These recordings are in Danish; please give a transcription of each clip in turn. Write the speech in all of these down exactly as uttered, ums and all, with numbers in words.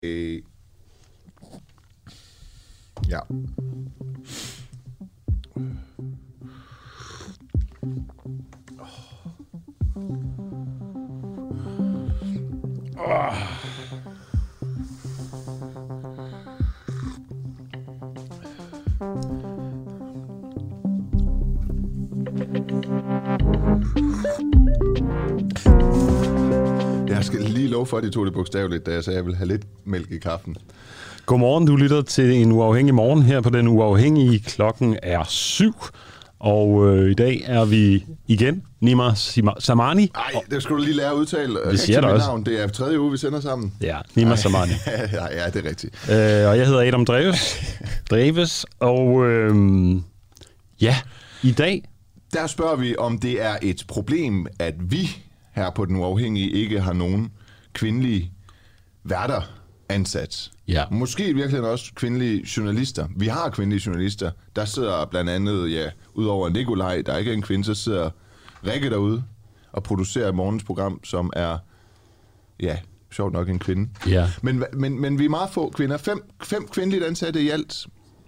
Øh. Ja. Oh. Jeg skal lige love for, at de tog det bogstaveligt, da jeg sagde, at jeg vil have lidt mælk i kaffen. Godmorgen, du lytter til en uafhængig morgen her på Den Uafhængige. Klokken er syv, og øh, i dag er vi igen Nima Samani. Nej, det skulle du lige lære at udtale. Det siger du også. Navn. Det er tredje uge, vi sender sammen. Ja, Nima Samani. ja, ja, det er rigtigt. Øh, og jeg hedder Adam Dreves, Dreves og øh, ja, i dag... Der spørger vi, om det er et problem, at vi her på Den Uafhængige ikke har nogen kvindelige værter ansat. Ja. Måske virkelig også kvindelige journalister. Vi har kvindelige journalister. Der sidder blandt andet, ja, udover Nikolaj, der ikke er en kvinde, så sidder Rikke derude og producerer morgens program, som er, ja, sjovt nok en kvinde. Ja. Men, men, men vi er meget få kvinder. Fem, fem kvindelige ansatte i alt.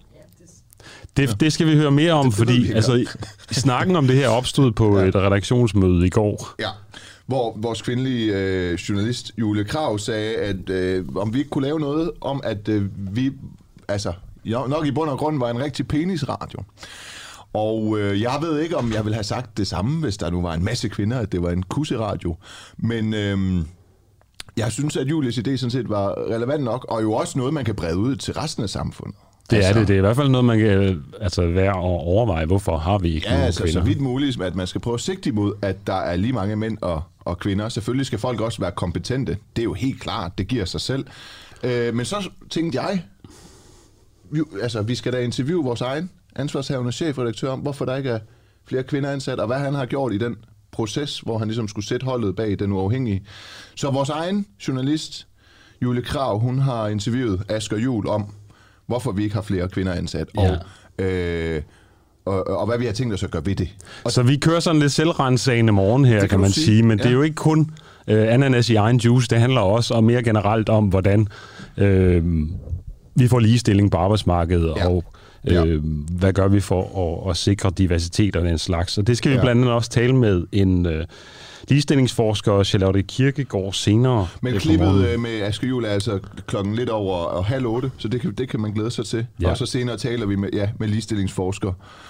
Det, det skal vi høre mere om, det, det fordi altså, snakken om det her opstod på ja. et redaktionsmøde i går. Ja, hvor vores kvindelige øh, journalist Julie Krag sagde, at øh, om vi ikke kunne lave noget om, at øh, vi altså nok i bund og grund var en rigtig penisradio. Og øh, jeg ved ikke, om jeg ville have sagt det samme, hvis der nu var en masse kvinder, at det var en kusseradio. Men øh, jeg synes, at Julies idé sådan set var relevant nok, og jo også noget, man kan brede ud til resten af samfundet. Det altså, er det. Det er i hvert fald noget, man kan altså, være og overveje, hvorfor har vi ikke ja, nogen altså, kvinder. Så vidt muligt, at man skal prøve at sigte imod, at der er lige mange mænd og, og kvinder. Selvfølgelig skal folk også være kompetente. Det er jo helt klart, det giver sig selv. Øh, men så tænkte jeg, vi, altså vi skal da interviewe vores egen ansvarshavende chefredaktør om, hvorfor der ikke er flere kvinder ansat, og hvad han har gjort i den proces, hvor han ligesom skulle sætte holdet bag Den Uafhængige. Så vores egen journalist, Julie Krag, hun har interviewet Asger Juhl om, hvorfor vi ikke har flere kvinder ansat, ja. og, øh, og, og hvad vi har tænkt os at gøre ved det. Og så vi kører sådan lidt selvrensagende morgen her, kan, kan man sige, sige. Men ja. det er jo ikke kun øh, ananas i egen juice, det handler også om mere generelt om, hvordan øh, vi får ligestilling på arbejdsmarkedet, ja. og øh, ja. hvad gør vi for at, at sikre diversitet og den slags. Og det skal vi ja. blandt andet også tale med en... Øh, ligestillingsforsker Charlotte Kirkegaard senere. Men klippet med Asger Juhl er altså klokken lidt over og halv otte, så det kan, det kan man glæde sig til. Ja. Og så senere taler vi med, ja, med ligestillingsforsker.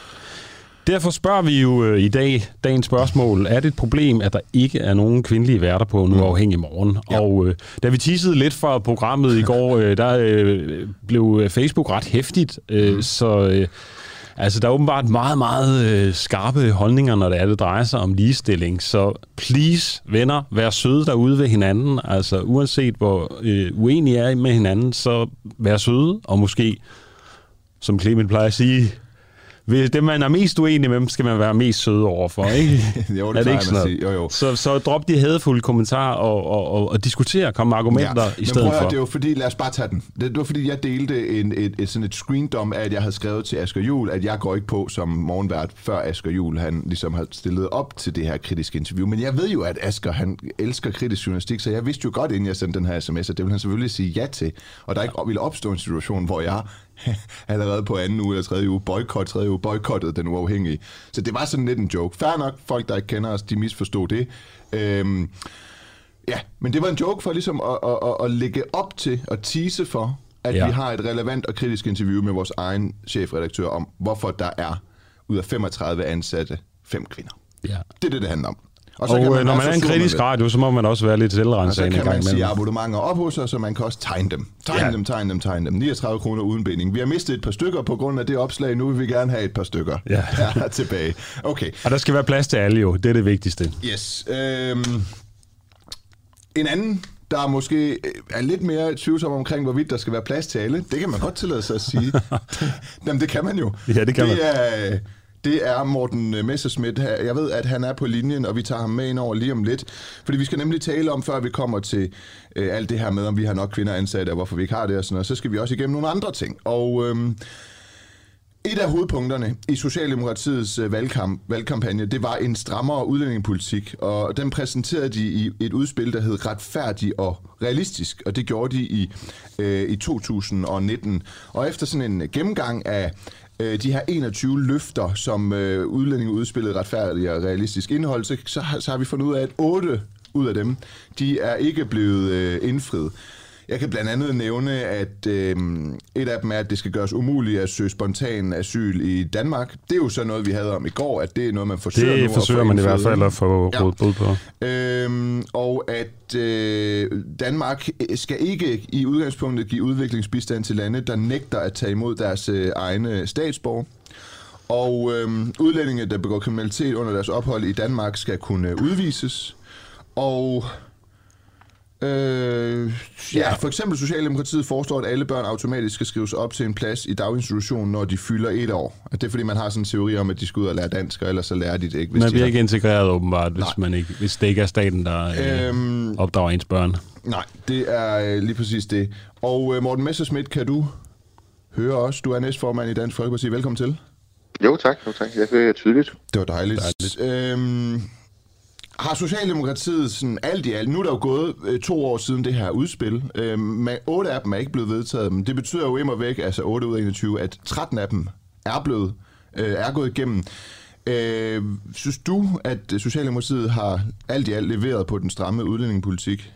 Derfor spørger vi jo øh, i dag, dagens spørgsmål, er det et problem, at der ikke er nogen kvindelige værter på en uafhængig morgen? Ja. Og øh, da vi teasede lidt fra programmet i går, øh, der øh, blev Facebook ret hæftigt, øh, mm. så... Øh, Altså, der er åbenbart meget, meget øh, skarpe holdninger, når det, er, det drejer sig om ligestilling. Så please, venner, vær søde derude ved hinanden. Altså, uanset hvor øh, uenige er med hinanden, så vær søde. Og måske, som Clement plejer at sige, hvis det, man er mest uenig med, skal man være mest søde overfor, ikke? jo, det, er det ikke sådan noget? Jo, jo. Så, så drop de hadefulde kommentarer og, og, og, og diskutere, komme med argumenter ja, i stedet men prøv at, for. Det var fordi, lad os bare tage den. Det var fordi, jeg delte en, et, et, sådan et screendom af, at jeg havde skrevet til Asger Juhl, at jeg går ikke på som morgenvært, før Asger Juhl, han ligesom havde stillet op til det her kritiske interview. Men jeg ved jo, at Asger, han elsker kritisk journalistik, så jeg vidste jo godt, inden jeg sendte den her sms, at det ville han selvfølgelig sige ja til. Og der ikke ville opstå en situation, hvor jeg allerede på anden uge eller tredje uge, boykot, tredje uge, boykottede Den Uafhængige. Så det var sådan lidt en joke. Fair nok, folk, der ikke kender os, de misforstod det. Øhm, ja, men det var en joke for ligesom at, at, at, at lægge op til og tease for, at ja. vi har et relevant og kritisk interview med vores egen chefredaktør om, hvorfor der er ud af femogtredive ansatte fem kvinder. Ja. Det er det, det handler om. Og, så og kan man når man er en kritisk radio, så må man også være lidt selvrensagende. Og så kan man sige abonnementer op hos os, så man kan også tegne dem. Tegne ja. dem, tegne dem, tegne dem. niogtredive kroner uden binding. Vi har mistet et par stykker på grund af det opslag. Nu vil vi gerne have et par stykker ja. her tilbage. Okay. Og der skal være plads til alle jo. Det er det vigtigste. Yes. Øhm, en anden, der måske er lidt mere tvivlsom omkring, hvorvidt der skal være plads til alle. Det kan man godt tillade sig at sige. Jamen, det kan man jo. Ja, det kan det man. Er, Det er Morten Messerschmidt. Jeg ved, at han er på linjen, og vi tager ham med ind over lige om lidt. Fordi vi skal nemlig tale om, før vi kommer til øh, alt det her med, om vi har nok kvinder ansatte, og hvorfor vi ikke har det og sådan noget, så skal vi også igennem nogle andre ting. Og øh, Et af hovedpunkterne i Socialdemokratiets valgkamp, valgkampagne, det var en strammere udlændingepolitik, og den præsenterede de i et udspil, der hed Retfærdig og Realistisk, og det gjorde de i, øh, i to tusind og nitten. Og efter sådan en gennemgang af øh, de her enogtyve løfter, som øh, udlændingeudspillet Retfærdig og Realistisk indhold, så, så, så har vi fundet ud af, at otte ud af dem, de er ikke blevet øh, indfriet. Jeg kan blandt andet nævne, at øh, et af dem er, at det skal gøres umuligt at søge spontan asyl i Danmark. Det er jo så noget, vi havde om i går, at det er noget, man forsøger det nu. Det forsøger man i hvert fald at få ja. rådet bud på. Øhm, og at øh, Danmark skal ikke i udgangspunktet give udviklingsbistand til lande, der nægter at tage imod deres øh, egne statsborgere. Og øh, udlændinge, der begår kriminalitet under deres ophold i Danmark, skal kunne udvises. Og Øh, ja, for eksempel Socialdemokratiet foreslår, at alle børn automatisk skal skrives op til en plads i daginstitutionen, når de fylder et år. Det er fordi, man har sådan en teori om, at de skal ud og lære dansk, og ellers så lærer de det ikke. Hvis man bliver de ikke har... integreret åbenbart, hvis, man ikke, hvis det ikke er staten, der øhm, øh, opdrager ens børn. Nej, det er øh, lige præcis det. Og øh, Morten Messerschmidt, kan du høre os? Du er næstformand i Dansk Folkeparti. Velkommen til. Jo tak, jo, tak. Jeg hører tydeligt. Det var dejligt. dejligt. Øhm, Har Socialdemokratiet sådan alt i alt, nu er der jo gået øh, to år siden det her udspil, øh, med otte af dem er ikke blevet vedtaget, men det betyder jo immer væk, altså otte ud af enogtyve, at tretten af dem er blevet, øh, er gået igennem. Øh, synes du, at Socialdemokratiet har alt i alt leveret på den stramme udlændingepolitik?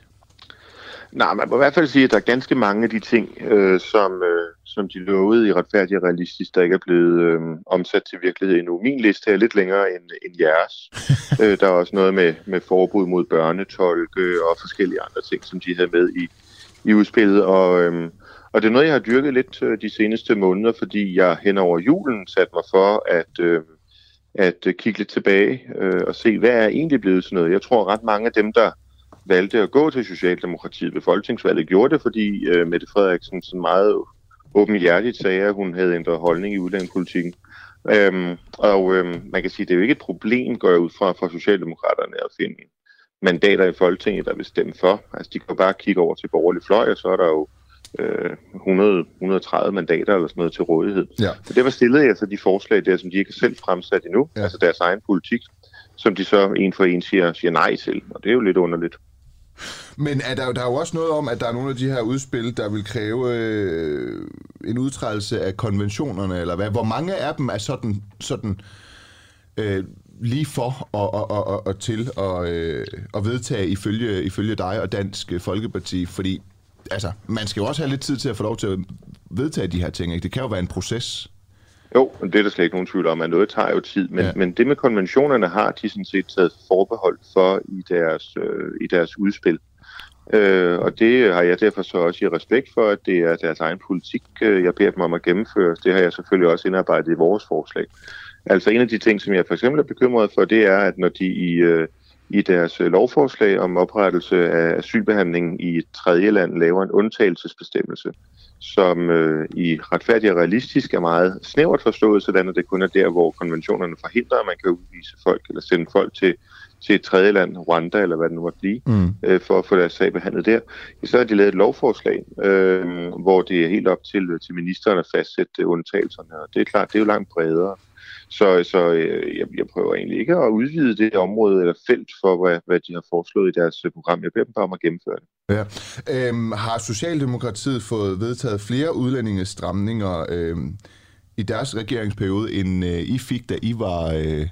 Nej, man må i hvert fald sige, at der er ganske mange af de ting, øh, som, øh, som de lovede i Retfærdig og Realistisk, der ikke er blevet øh, omsat til virkelighed endnu. Min liste er lidt længere end, end jeres. øh, der er også noget med, med forbud mod børnetolke og forskellige andre ting, som de havde med i, i udspillet. Og, øh, og det er noget, jeg har dyrket lidt øh, de seneste måneder, fordi jeg hen over julen satte mig for at, øh, at kigge lidt tilbage øh, og se, hvad er egentlig blevet sådan noget. Jeg tror, ret mange af dem, der valgte at gå til Socialdemokratiet ved folketingsvalget, gjorde det, fordi øh, Mette Frederiksen sådan meget åbenhjertigt sagde, at hun havde ændret holdning i udlændingepolitikken. Øhm, og øhm, man kan sige, at det er jo ikke et problem, går jeg ud fra, for Socialdemokraterne at finde mandater i Folketinget, der vil stemme for. Altså, de kan jo bare kigge over til borgerlig fløj, og så er der jo øh, hundrede til hundrede og tredive mandater eller sådan noget til rådighed. Ja. Så det var stillet jeg så de forslag der, som de ikke har selv fremsat endnu, ja. Altså deres egen politik, som de så en for en siger, siger nej til, og det er jo lidt underligt. Men er der, der er jo også noget om, at der er nogle af de her udspil, der vil kræve øh, en udtrædelse af konventionerne, eller hvad? Hvor mange af dem er sådan, sådan øh, lige for og, og, og, og, og til at, øh, at vedtage ifølge, ifølge dig og Dansk Folkeparti? Fordi altså, man skal jo også have lidt tid til at få lov til at vedtage de her ting, ikke? Det kan jo være en proces. Jo, det er der slet ikke nogen tvivl om, at noget tager jo tid, men, ja. men det med konventionerne har de sådan set taget forbehold for i deres, øh, i deres udspil. Øh, og det har jeg derfor så også i respekt for, at det er deres egen politik, øh, jeg beder dem om at gennemføre. Det har jeg selvfølgelig også indarbejdet i vores forslag. Altså en af de ting, som jeg for eksempel er bekymret for, det er, at når de i, øh, i deres lovforslag om oprettelse af asylbehandling i et tredje land laver en undtagelsesbestemmelse, som øh, i Retfærdig og Realistisk er meget snævert forstået, sådan at det kun er der, hvor konventionerne forhindrer, at man kan udvise folk eller sende folk til, til et tredje land, Rwanda eller hvad det nu måtte blive, mm. øh, for at få deres sag behandlet der. Så har de lavet et lovforslag, øh, hvor det er helt op til, til ministeren at fastsætte undtagelserne, og det er klart, det er jo langt bredere. Så, så øh, jeg, jeg prøver egentlig ikke at udvide det område eller felt for, hvad, hvad de har foreslået i deres program. Jeg beder dem bare om at gennemføre det. Ja. Øhm, har Socialdemokratiet fået vedtaget flere udlændingestramninger øhm, i deres regeringsperiode, end øh, I fik, da I var... Øh,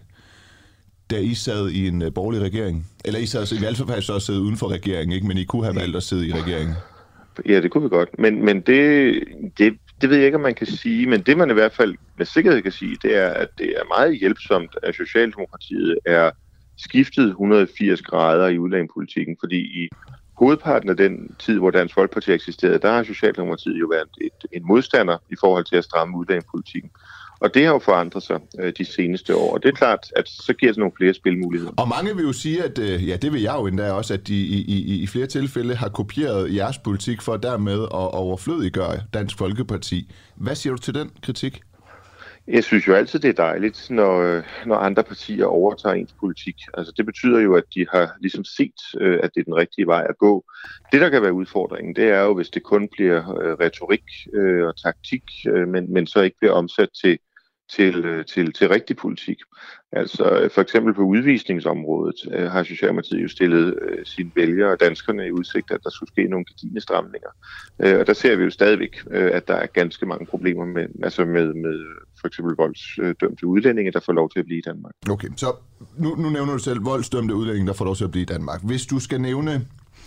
da I sad i en øh, borgerlig regering? Eller I sad altså, i hvert fald så sidde uden for regeringen, ikke? Men I kunne have valgt at sidde i regeringen. Ja, det kunne vi godt. Men, men det, det, det ved jeg ikke, om man kan sige. Men det, man i hvert fald med sikkerhed kan sige, det er, at det er meget hjælpsomt, at Socialdemokratiet er skiftet et hundrede og firs grader i udlændingepolitikken. Fordi i hovedparten af den tid, hvor Dansk Folkeparti eksisterede, der har Socialdemokratiet jo været et, en modstander i forhold til at stramme udlændingepolitikken. Og det har jo forandret sig øh, de seneste år, og det er klart, at så giver det nogle flere spilmuligheder. Og mange vil jo sige, at øh, ja, det vil jeg jo endda også, at de i, i, i flere tilfælde har kopieret jeres politik for dermed at overflødiggøre Dansk Folkeparti. Hvad siger du til den kritik? Jeg synes jo altid, det er dejligt, når, når andre partier overtager ens politik. Altså det betyder jo, at de har ligesom set, øh, at det er den rigtige vej at gå. Det, der kan være udfordringen, det er jo, hvis det kun bliver øh, retorik øh, og taktik, øh, men, men så ikke bliver omsat til til, til, til rigtig politik. Altså for eksempel på udvisningsområdet øh, har Socialdemokratiet jo stillet øh, sine vælgere og danskerne i udsigt, at der skulle ske nogle gedigne stramninger. Øh, og der ser vi jo stadigvæk, øh, at der er ganske mange problemer med, altså med, med for eksempel voldsdømte udlændinge, der får lov til at blive i Danmark. Okay, så nu, nu nævner du selv voldsdømte udlændinge, der får lov til at blive i Danmark. Hvis du skal nævne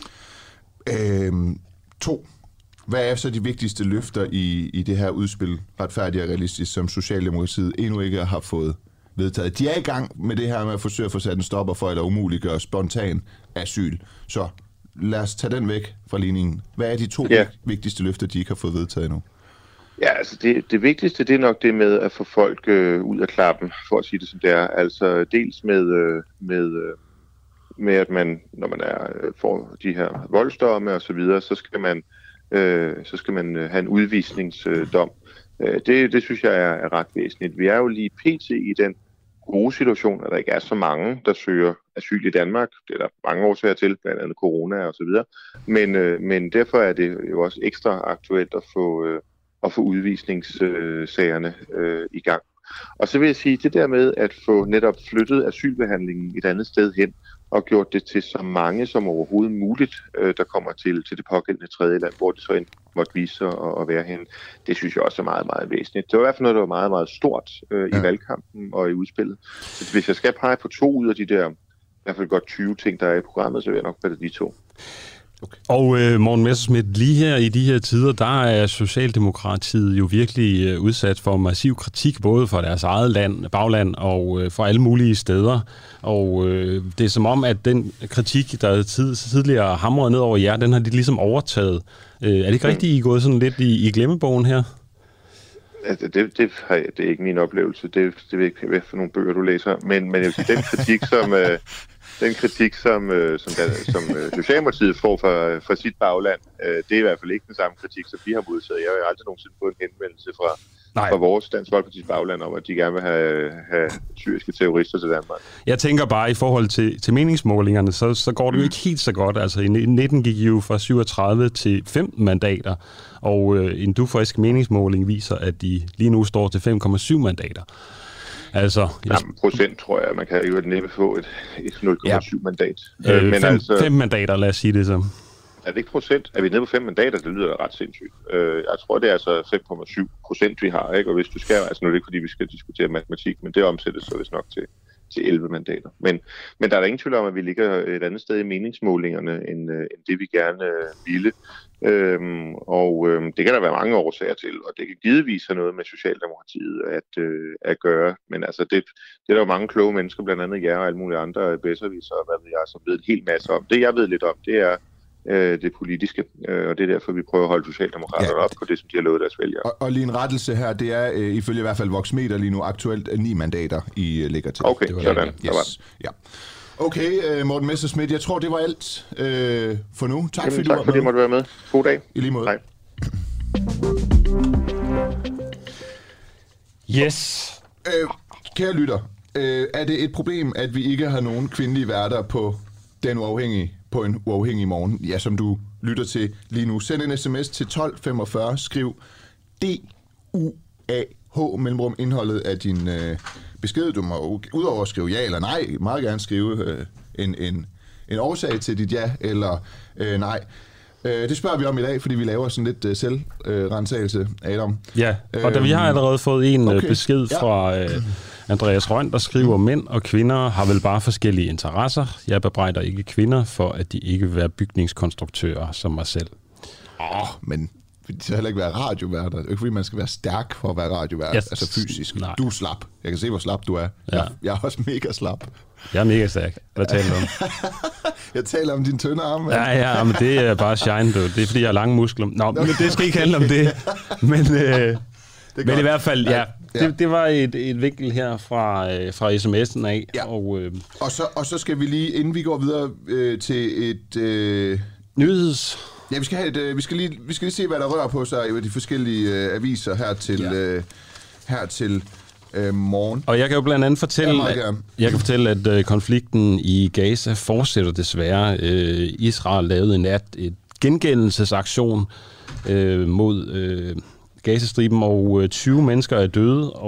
øh, to, hvad er så de vigtigste løfter i, i det her udspil, Retfærdigt og Realistisk, som Socialdemokratiet endnu ikke har fået vedtaget? De er i gang med det her med at forsøge at få sat en stopper for, eller umuliggøre spontan asyl. Så lad os tage den væk fra ligningen. Hvad er de to ja. vigtigste løfter, de ikke har fået vedtaget endnu? Ja, altså det, det vigtigste, det er nok det med at få folk øh, ud af klappen, for at sige det som det er. Altså dels med, øh, med, øh, med at man, når man er, øh, får de her voldsdomme og så videre, så skal man, øh, så skal man øh, have en udvisningsdom. Øh, det, det synes jeg er, er ret væsentligt. Vi er jo lige pt. I den gode situation, at der ikke er så mange, der søger asyl i Danmark. Det er der mange årsager til, blandt andet corona og så videre. Men, øh, men derfor er det jo også ekstra aktuelt at få... Øh, og få udvisningssagerne øh, i gang. Og så vil jeg sige, det der med at få netop flyttet asylbehandlingen et andet sted hen, og gjort det til så mange som overhovedet muligt, øh, der kommer til, til det pågældende tredje land, hvor det så end måtte vise sig at, at være hen. Det synes jeg også er meget, meget væsentligt. Det var i hvert fald noget, der var meget, meget stort øh, i ja. valgkampen og i udspillet. Så hvis jeg skal pege på to ud af de der, i hvert fald godt tyve ting, der er i programmet, så vil jeg nok pege de to. Okay. Og øh, Morten Messerschmidt, lige her i de her tider, der er Socialdemokratiet jo virkelig øh, udsat for massiv kritik, både fra deres eget land, bagland og øh, fra alle mulige steder. Og øh, det er som om, at den kritik, der tid, tidligere hamrede ned over jer, den har de ligesom overtaget. Øh, er det ikke mm. rigtigt, I er gået sådan lidt i, i glemmebogen her? Altså, det, det, det er ikke min oplevelse. Det, det ved ikke, hvad for nogle bøger du læser. Men, men jeg vil sige, den kritik, som... Øh, Den kritik, som, øh, som, der, som øh, Socialdemokratiet får fra, fra sit bagland, øh, det er i hvert fald ikke den samme kritik, som vi har modtaget. Jeg har aldrig nogensinde fået en henvendelse fra, fra vores Dansk Folkepartis bagland om, at de gerne vil have, have syriske terrorister til Danmark. Jeg tænker bare, i forhold til, til meningsmålingerne, så, så går det jo ikke helt så godt. Altså i nitten gik I jo fra syvogtredive til femten mandater, og øh, en dufrisk meningsmåling viser, at de lige nu står til fem komma syv mandater. Altså, jeg... Jamen, procent tror jeg, man kan jo næppe få et, et nul komma syv ja. mandat. Øh, Men fem, altså, fem mandater, lad os sige det så. Er det ikke procent? Er vi nede på fem mandater? Det lyder ret sindssygt. Øh, jeg tror, det er altså fem komma syv procent, vi har. Ikke? Og hvis du skal, altså nu er det ikke, fordi vi skal diskutere matematik, men det omsættes så vist nok til, til elleve mandater. Men, men der er der ingen tvivl om, at vi ligger et andet sted i meningsmålingerne, end, end det vi gerne ville. Øhm, og øhm, det kan der være mange årsager til, og det kan givetvis have noget med Socialdemokratiet at, øh, at gøre. Men altså, det, det er der jo mange kloge mennesker, blandt andet jer og alle mulige andre bedserviser, og hvad ved jeg, som ved en hel masse om. Det jeg ved lidt om, det er øh, det politiske, øh, og det er derfor, vi prøver at holde Socialdemokraterne ja. op på det, som de har lovet deres vælgere. Og, og lige en rettelse her, det er øh, ifølge i hvert fald Voxmeter lige nu aktuelt ni mandater, I ligger til. Okay, det var sådan. Yes. Var ja. Okay, Morten Messerschmidt, jeg tror, det var alt øh, for nu. Tak, Jamen, fordi tak du var fordi med. du måtte være med. God dag. I lige måde. Hej. Yes. Øh, kære lytter, øh, er det et problem, at vi ikke har nogen kvindelige værter på Den Uafhængige, på en uafhængig morgen, ja, som du lytter til lige nu? Send en sms til tolv femogfyrre, skriv D U A H mellemrum indholdet af din øh, besked. Du må udover at skrive ja eller nej, meget gerne skrive øh, en, en, en årsag til dit ja eller øh, nej. Øh, det spørger vi om i dag, fordi vi laver sådan lidt øh, selvrensagelse, Adam. Ja, og da vi har allerede fået en okay. besked fra øh, Andreas Røn, der skriver, mænd og kvinder har vel bare forskellige interesser. Jeg bebrejder ikke kvinder for, at de ikke vil være bygningskonstruktører som mig selv. Åh, oh, men det skal heller ikke være radiovært. Det er ikke, fordi man skal være stærk for at være radiovært, yes. altså fysisk. Nej. Du er slap. Jeg kan se, hvor slap du er. Ja. Jeg, jeg er også mega slap. Jeg er mega stærk. Hvad taler du om? Jeg taler om dine tynde arme. Ja, ja, men det er bare shine, du. Det er, fordi jeg har lange muskler. Nå, men det skal ikke handle om det. Men, øh, det men i hvert fald, ja. ja. Det, det var et, et vinkel her fra, øh, fra sms'en af. Ja. Og, øh, og, så, og så skal vi lige, inden vi går videre øh, til et... Øh, nyheds... Ja, vi skal, have et, øh, vi, skal lige, vi skal lige se, hvad der rører på sig i de forskellige øh, aviser her til, ja. øh, her til øh, morgen. Og jeg kan jo blandt andet fortælle, ja, at, jeg kan fortælle, at øh, konflikten i Gaza fortsætter desværre. Øh, Israel lavede i nat et gengældelsesaktion øh, mod øh, Gazastriben, og øh, tyve mennesker er døde, og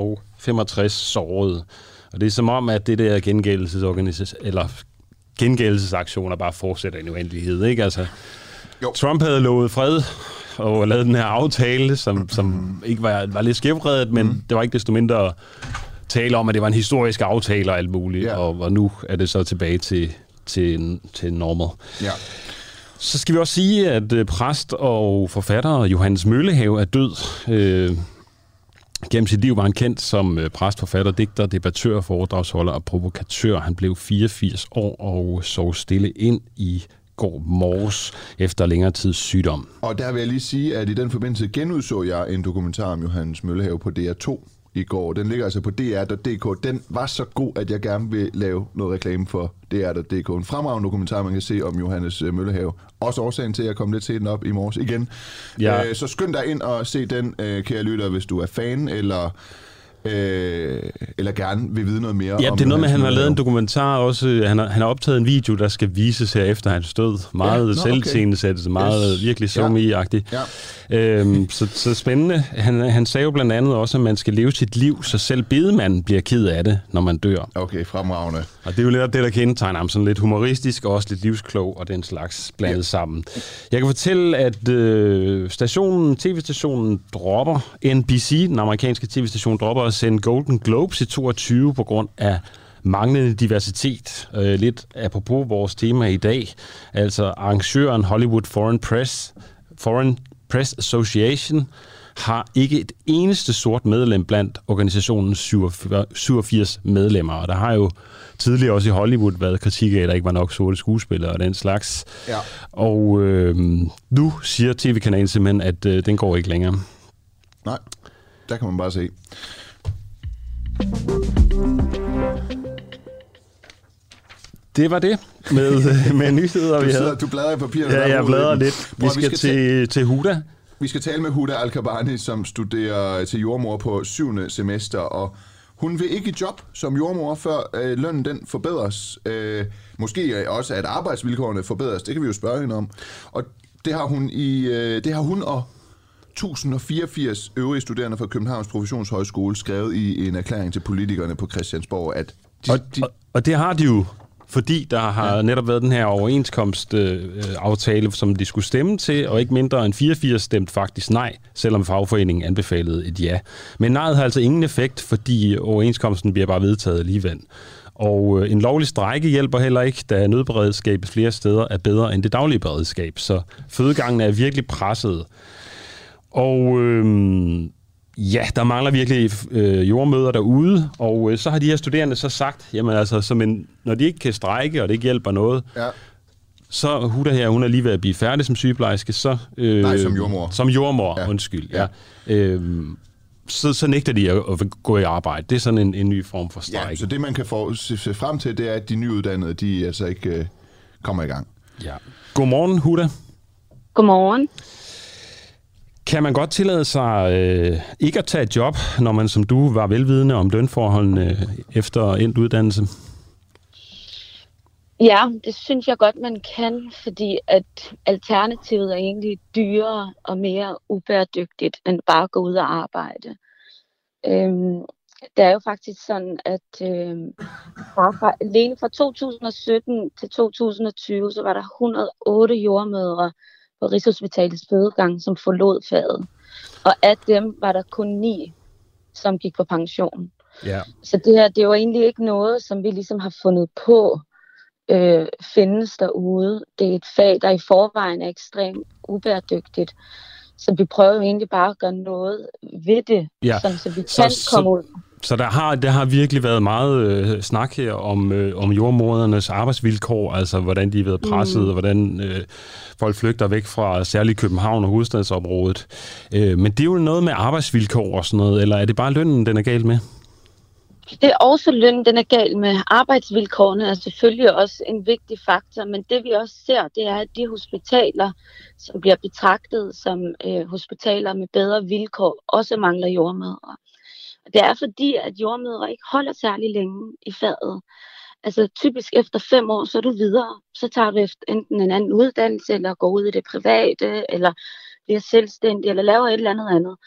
femogtres sårede. Og det er som om, at det der gengældelsesorganisation, eller gengældelsesaktioner bare fortsætter i en uendelighed, ikke? Altså, jo. Trump havde lovet fred og lavet den her aftale, som, som ikke var, var lidt skævredet, men mm. det var ikke desto mindre tale om, at det var en historisk aftale og alt muligt, ja. og, og nu er det så tilbage til, til, til normal. Ja. Så skal vi også sige, at præst og forfatter Johannes Møllehave er død. Øh, gennem sit liv var han kendt som præst, forfatter, digter, debattør, foredragsholder og provokatør. Han blev fireogfirs år og sov stille ind i går morges efter længere tids sygdom. Og der vil jeg lige sige, at i den forbindelse genudså jeg en dokumentar om Johannes Møllehave på D R to i går. Den ligger altså på D R punktum D K. Den var så god, at jeg gerne vil lave noget reklame for D R punktum D K. En fremragende dokumentar, man kan se om Johannes Møllehave. Også årsagen til, at jeg kom lidt til den op i morges igen. Ja. Øh, så skynd dig ind og se den, øh, kære lytter, hvis du er fan, eller... Øh, eller gerne vil vide noget mere ja, om... det er noget med, at han har lavet en dokumentar også. Han har, han har optaget en video, der skal vises her efter hans død. Meget ja, selvscenesættelse, okay. meget yes. virkelig somi-agtigt. Ja. Ja. Øhm, så, så spændende. Han, han sagde jo blandt andet også, at man skal leve sit liv, så selv bedemanden bliver ked af det, når man dør. Okay, fremragende. Og det er jo lidt det, der kendetegner ham. Sådan lidt humoristisk og også lidt livsklog og den slags blandet ja. sammen. Jeg kan fortælle, at øh, stationen, tv-stationen dropper, N B C, den amerikanske tv-station, dropper at sende Golden Globes i toogtyve på grund af manglende diversitet. Øh, lidt apropos vores tema i dag. Altså arrangøren Hollywood Foreign Press, Foreign Press Association har ikke et eneste sort medlem blandt organisationens syvogfirs medlemmer. Og der har jo tidligere også i Hollywood været kritik af, at der ikke var nok sorte skuespillere og den slags. Ja. Og øh, nu siger tv-kanalen simpelthen, at øh, den går ikke længere. Nej, der kan man bare se. Det var det med, med nyheder, vi havde. Du bladrer i papirerne. Ja, jeg bladrer lidt. Vi skal, vi skal til, til Huda. Vi skal tale med Huda Al-Kabani, som studerer til jordmor på syvende semester, og hun vil ikke i job som jordmor, før øh, lønnen den forbedres. Øh, måske også, at arbejdsvilkårene forbedres. Det kan vi jo spørge hende om. Og det har hun, i, øh, det har hun og tusind og fireogfirs øvrige studerende fra Københavns Professionshøjskole skrevet i en erklæring til politikerne på Christiansborg, at de, og, de, og, og det har de jo, fordi der har ja. netop været den her overenskomstaftale, øh, som de skulle stemme til, og ikke mindre end fireogfirs stemt faktisk nej, selvom fagforeningen anbefalede et ja. Men nejet har altså ingen effekt, fordi overenskomsten bliver bare vedtaget alligevel. Og øh, en lovlig strejke hjælper heller ikke, da nødberedskabet flere steder er bedre end det daglige beredskab, så fødegangen er virkelig presset. Og øh, ja, der mangler virkelig øh, jordmøder derude, og øh, så har de her studerende så sagt, jamen altså, som en, når de ikke kan strejke, og det ikke hjælper noget, ja. så Huda her, hun er lige ved at blive færdig som sygeplejerske, så... Øh, Nej, som jordmor. Som jordmor, ja. undskyld, ja. ja. Øh, så, så nægter de at, at gå i arbejde. Det er sådan en, en ny form for strejke. Ja, så det man kan få, se frem til, det er, at de nyuddannede, de altså ikke øh, kommer i gang. Ja. Godmorgen, Huda. Godmorgen. Kan man godt tillade sig øh, ikke at tage et job, når man som du var velvidende om lønforholdene øh, efter endt uddannelse? Ja, det synes jeg godt, man kan, fordi at alternativet er egentlig dyrere og mere ubæredygtigt, end bare at gå ud og arbejde. Øhm, det er jo faktisk sådan, at øh, fra, alene fra to tusind og sytten til to tusind og tyve, så var der et hundrede og otte jordemødre på Rigshospitalets fødegang, som forlod faget. Og af dem var der kun ni, som gik på pension. Ja. Så det her, det er jo egentlig ikke noget, som vi ligesom har fundet på, øh, findes derude. Det er et fag, der i forvejen er ekstremt ubæredygtigt. Så vi prøver jo egentlig bare at gøre noget ved det, ja. sådan, så vi så, kan så, komme ud. Så der har, der har virkelig været meget øh, snak her om, øh, om jordmodernes arbejdsvilkår, altså hvordan de er blevet presset, mm. og hvordan øh, folk flygter væk fra særligt København og hovedstadsområdet. Øh, men det er jo noget med arbejdsvilkår og sådan noget, eller er det bare lønnen, den er galt med? Det er også lønnen, den er galt med. Arbejdsvilkårene er selvfølgelig også en vigtig faktor, men det vi også ser, det er, at de hospitaler, som bliver betragtet som øh, hospitaler med bedre vilkår, også mangler jordmødre. Det er fordi, at jordmødre ikke holder særlig længe i faget. Altså typisk efter fem år, så er du videre. Så tager du efter enten en anden uddannelse, eller går ud i det private, eller bliver selvstændig, eller laver et eller andet andet.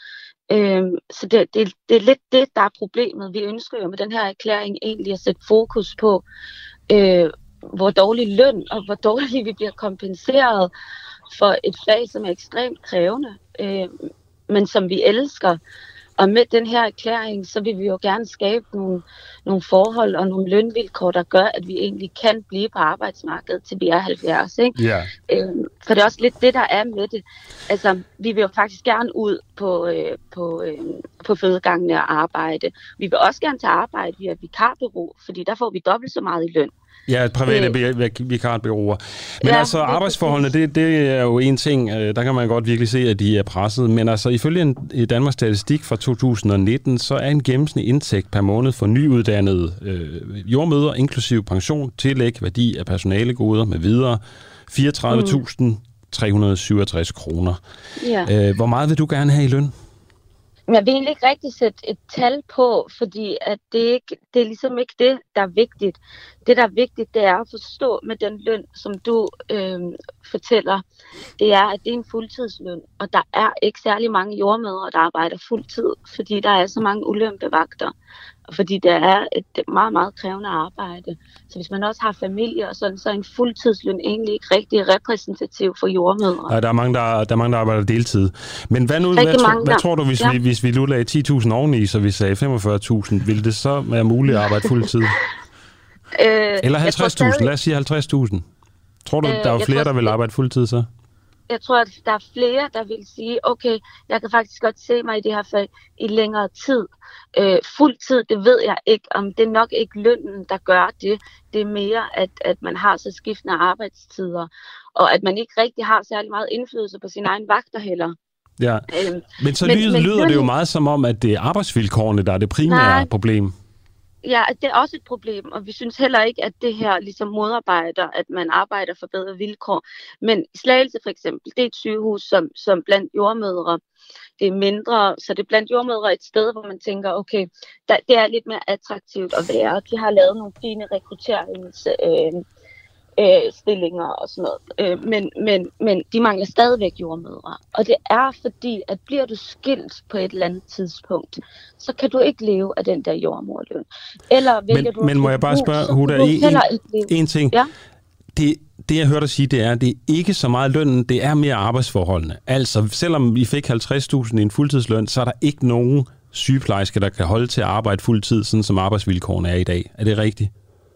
Øhm, så det, det, det er lidt det, der er problemet. Vi ønsker jo med den her erklæring egentlig at sætte fokus på, øh, hvor dårlig løn og hvor dårligt vi bliver kompenseret for et fag, som er ekstremt krævende, øh, men som vi elsker. Og med den her erklæring, så vil vi jo gerne skabe nogle, nogle forhold og nogle lønvilkår, der gør, at vi egentlig kan blive på arbejdsmarkedet til vi er halvfjerds. Ikke? Yeah. Øh, for det er også lidt det, der er med det. Altså, vi vil jo faktisk gerne ud på, øh, på, øh, på fødegangene og arbejde. Vi vil også gerne tage arbejde via vikarbureau, fordi der får vi dobbelt så meget i løn. Ja, private øh, vikarbureauer. Men ja, altså, arbejdsforholdene, det, det er jo en ting, der kan man godt virkelig se, at de er presset. Men altså, ifølge en Danmarks Statistik fra to tusind nitten, så er en gennemsnitlig indtægt per måned for nyuddannede øh, jordmødre, inklusiv pension, tillæg, værdi af personalegoder med videre, fireogtredive tusind tre hundrede og syvogtres kroner. Ja. Øh, hvor meget vil du gerne have i løn? Jeg vil egentlig ikke rigtig sætte et tal på, fordi at det, ikke, det er ligesom ikke det, der er vigtigt. Det, der er vigtigt, det er at forstå med den løn, som du øh, fortæller, det er, at det er en fuldtidsløn, og der er ikke særlig mange jordmødre, der arbejder fuldtid, fordi der er så mange ulempevagter, og fordi det er et meget, meget krævende arbejde. Så hvis man også har familie og sådan, så er en fuldtidsløn egentlig ikke rigtig repræsentativ for jordmødre. Nej, der er mange, der, der, er mange, der arbejder deltid. Men hvad nu, hvad, tro, hvad tror du, hvis, ja. vi, hvis vi nu lagde ti tusind oveni, så vi sagde femogfyrre tusind, ville det så være muligt at arbejde fuldtid? Øh, Eller halvtreds tusind, lad os sige halvtreds tusind. Tror du, øh, der er flere, tror, der vil arbejde fuldtid så? Jeg tror, at der er flere, der vil sige, okay, jeg kan faktisk godt se mig i det her fag i længere tid. Øh, fuldtid, det ved jeg ikke, om det er nok ikke lønnen, der gør det. Det er mere, at, at man har så skiftende arbejdstider, og at man ikke rigtig har særlig meget indflydelse på sine egne vagter heller. Ja, øhm, men så men, lyder, men, lyder det jo meget som om, at det er arbejdsvilkårene, der er det primære nej. problem. Ja, det er også et problem, og vi synes heller ikke, at det her ligesom modarbejder, at man arbejder for bedre vilkår. Men Slagelse for eksempel, det er et sygehus, som, som blandt jordmødre, det er mindre, så det er blandt jordmødre et sted, hvor man tænker, okay, der, det er lidt mere attraktivt at være. De har lavet nogle fine rekrutterings... Øh, Øh, stillinger og sådan noget. Øh, men, men, men de mangler stadigvæk jordmødre. Og det er fordi, at bliver du skilt på et eller andet tidspunkt, så kan du ikke leve af den der jordmorløn. Eller vælger men, du... Men må jeg bare spørge, Huda, en, en ting. Ja? Det, det jeg hørte dig sige, det er, det er ikke så meget lønnen, det er mere arbejdsforholdene. Altså, selvom vi fik halvtreds tusind i en fuldtidsløn, så er der ikke nogen sygeplejerske, der kan holde til at arbejde fuldtid, sådan som arbejdsvilkårene er i dag. Er det rigtigt?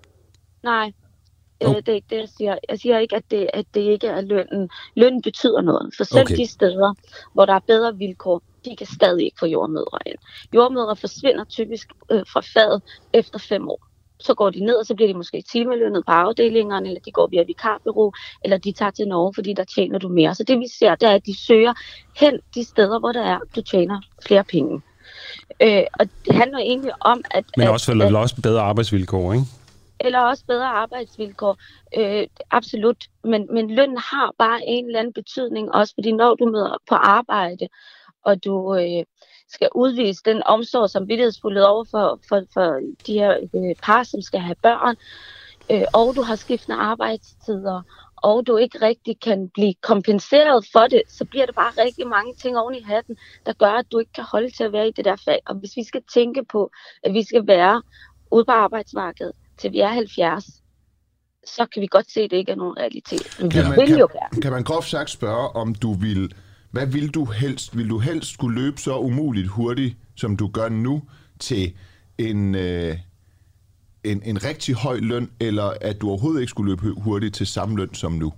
Nej. Oh. Det er ikke det, jeg siger. Jeg siger ikke, at det, at det ikke er lønnen. Lønnen betyder noget. For selv okay. de steder, hvor der er bedre vilkår, de kan stadig ikke få jordmødre ind. Jordmødre forsvinder typisk øh, fra faget efter fem år. Så går de ned, og så bliver de måske timelønnet på afdelingerne, eller de går via vikarbureau, eller de tager til Norge, fordi der tjener du mere. Så det vi ser, det er, at de søger hen de steder, hvor der er, du tjener flere penge. Øh, og det handler egentlig om, at... Men også, at, at, også bedre arbejdsvilkår, ikke? Eller også bedre arbejdsvilkår. Øh, absolut. Men, men lønnen har bare en eller anden betydning, også fordi når du møder på arbejde, og du øh, skal udvise den omsorg som vittighedsfuldhed over for, for, for de her øh, par, som skal have børn, øh, og du har skiftende arbejdstider, og du ikke rigtig kan blive kompenseret for det, så bliver det bare rigtig mange ting oven i hatten, der gør, at du ikke kan holde til at være i det der fag. Og hvis vi skal tænke på, at vi skal være ude på arbejdsmarkedet, til vi er halvfjerds, så kan vi godt se, at det ikke er nogen realitet. Men kan, vi man, vil kan, jo gerne. Kan man groft sagt spørge, om du vil, hvad vil du helst? Vil du helst skulle løbe så umuligt hurtigt, som du gør nu, til en, øh, en, en rigtig høj løn, eller at du overhovedet ikke skulle løbe hurtigt til samme løn som nu?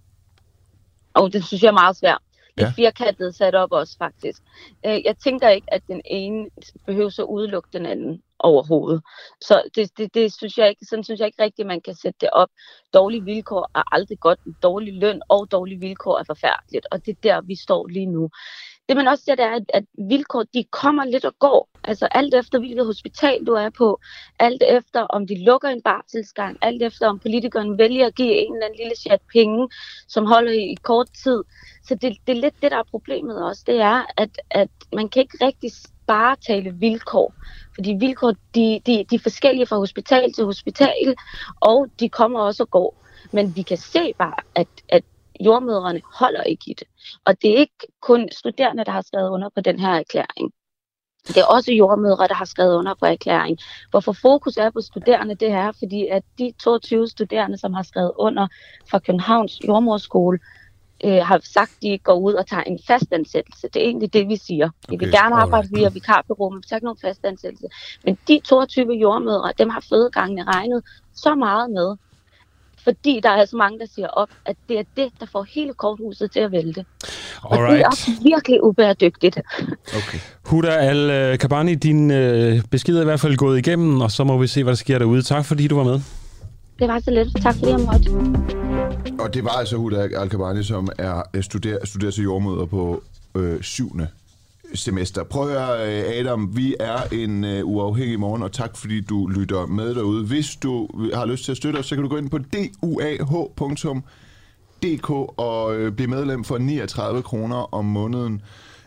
Og det synes jeg er meget svært. Det er ja. firkantet sat op også, faktisk. Jeg tænker ikke, at den ene behøver så udelukke den anden overhovedet. Så det, det, det synes jeg ikke, sådan synes jeg ikke rigtigt, man kan sætte det op. Dårlige vilkår er aldrig godt. Dårlig løn og dårlige vilkår er forfærdeligt. Og det er der, vi står lige nu. Det man også ser, det er, at vilkår, de kommer lidt og går. Altså alt efter, hvilket hospital du er på. Alt efter, om de lukker en barselsgang. Alt efter, om politikeren vælger at give en eller anden lille chat penge, som holder i, i kort tid. Så det, det er lidt det, der er problemet også. Det er, at, at man kan ikke rigtig bare tale vilkår. Fordi vilkår, de, de, de er forskellige fra hospital til hospital, og de kommer også og går. Men vi kan se bare, at, at jordmødrene holder ikke i det. Og det er ikke kun studerende, der har skrevet under på den her erklæring. Det er også jordmødre, der har skrevet under på erklæring. Hvorfor fokus er på studerende, det er, fordi at de toogtyve studerende, som har skrevet under fra Københavns Jordmoderskole, øh, har sagt, at de går ud og tager en fastansættelse. Det er egentlig det, vi siger. Vi okay. vil gerne arbejde via vikarbureau, men vi tager ikke nogen fastansættelse. Men de toogtyve jordmødre, dem har fødegangene regnet så meget med, fordi der er så mange, der siger op, at det er det, der får hele korthuset til at vælte. Og Alright. det er også virkelig ubæredygtigt. Okay. Huda Al-Kabani, din øh, besked er i hvert fald gået igennem, og så må vi se, hvad der sker derude. Tak fordi du var med. Det var så lidt. Tak fordi jeg måtte. Og det var altså Huda Al-Kabani, som er studerer, studerer til jordmøder på øh, syvende semester. Prøv at høre, Adam, vi er en uh, uafhængig morgen, og tak fordi du lytter med derude. Hvis du har lyst til at støtte os, så kan du gå ind på d u a h punktum d k og uh, blive medlem for niogtredive kroner om måneden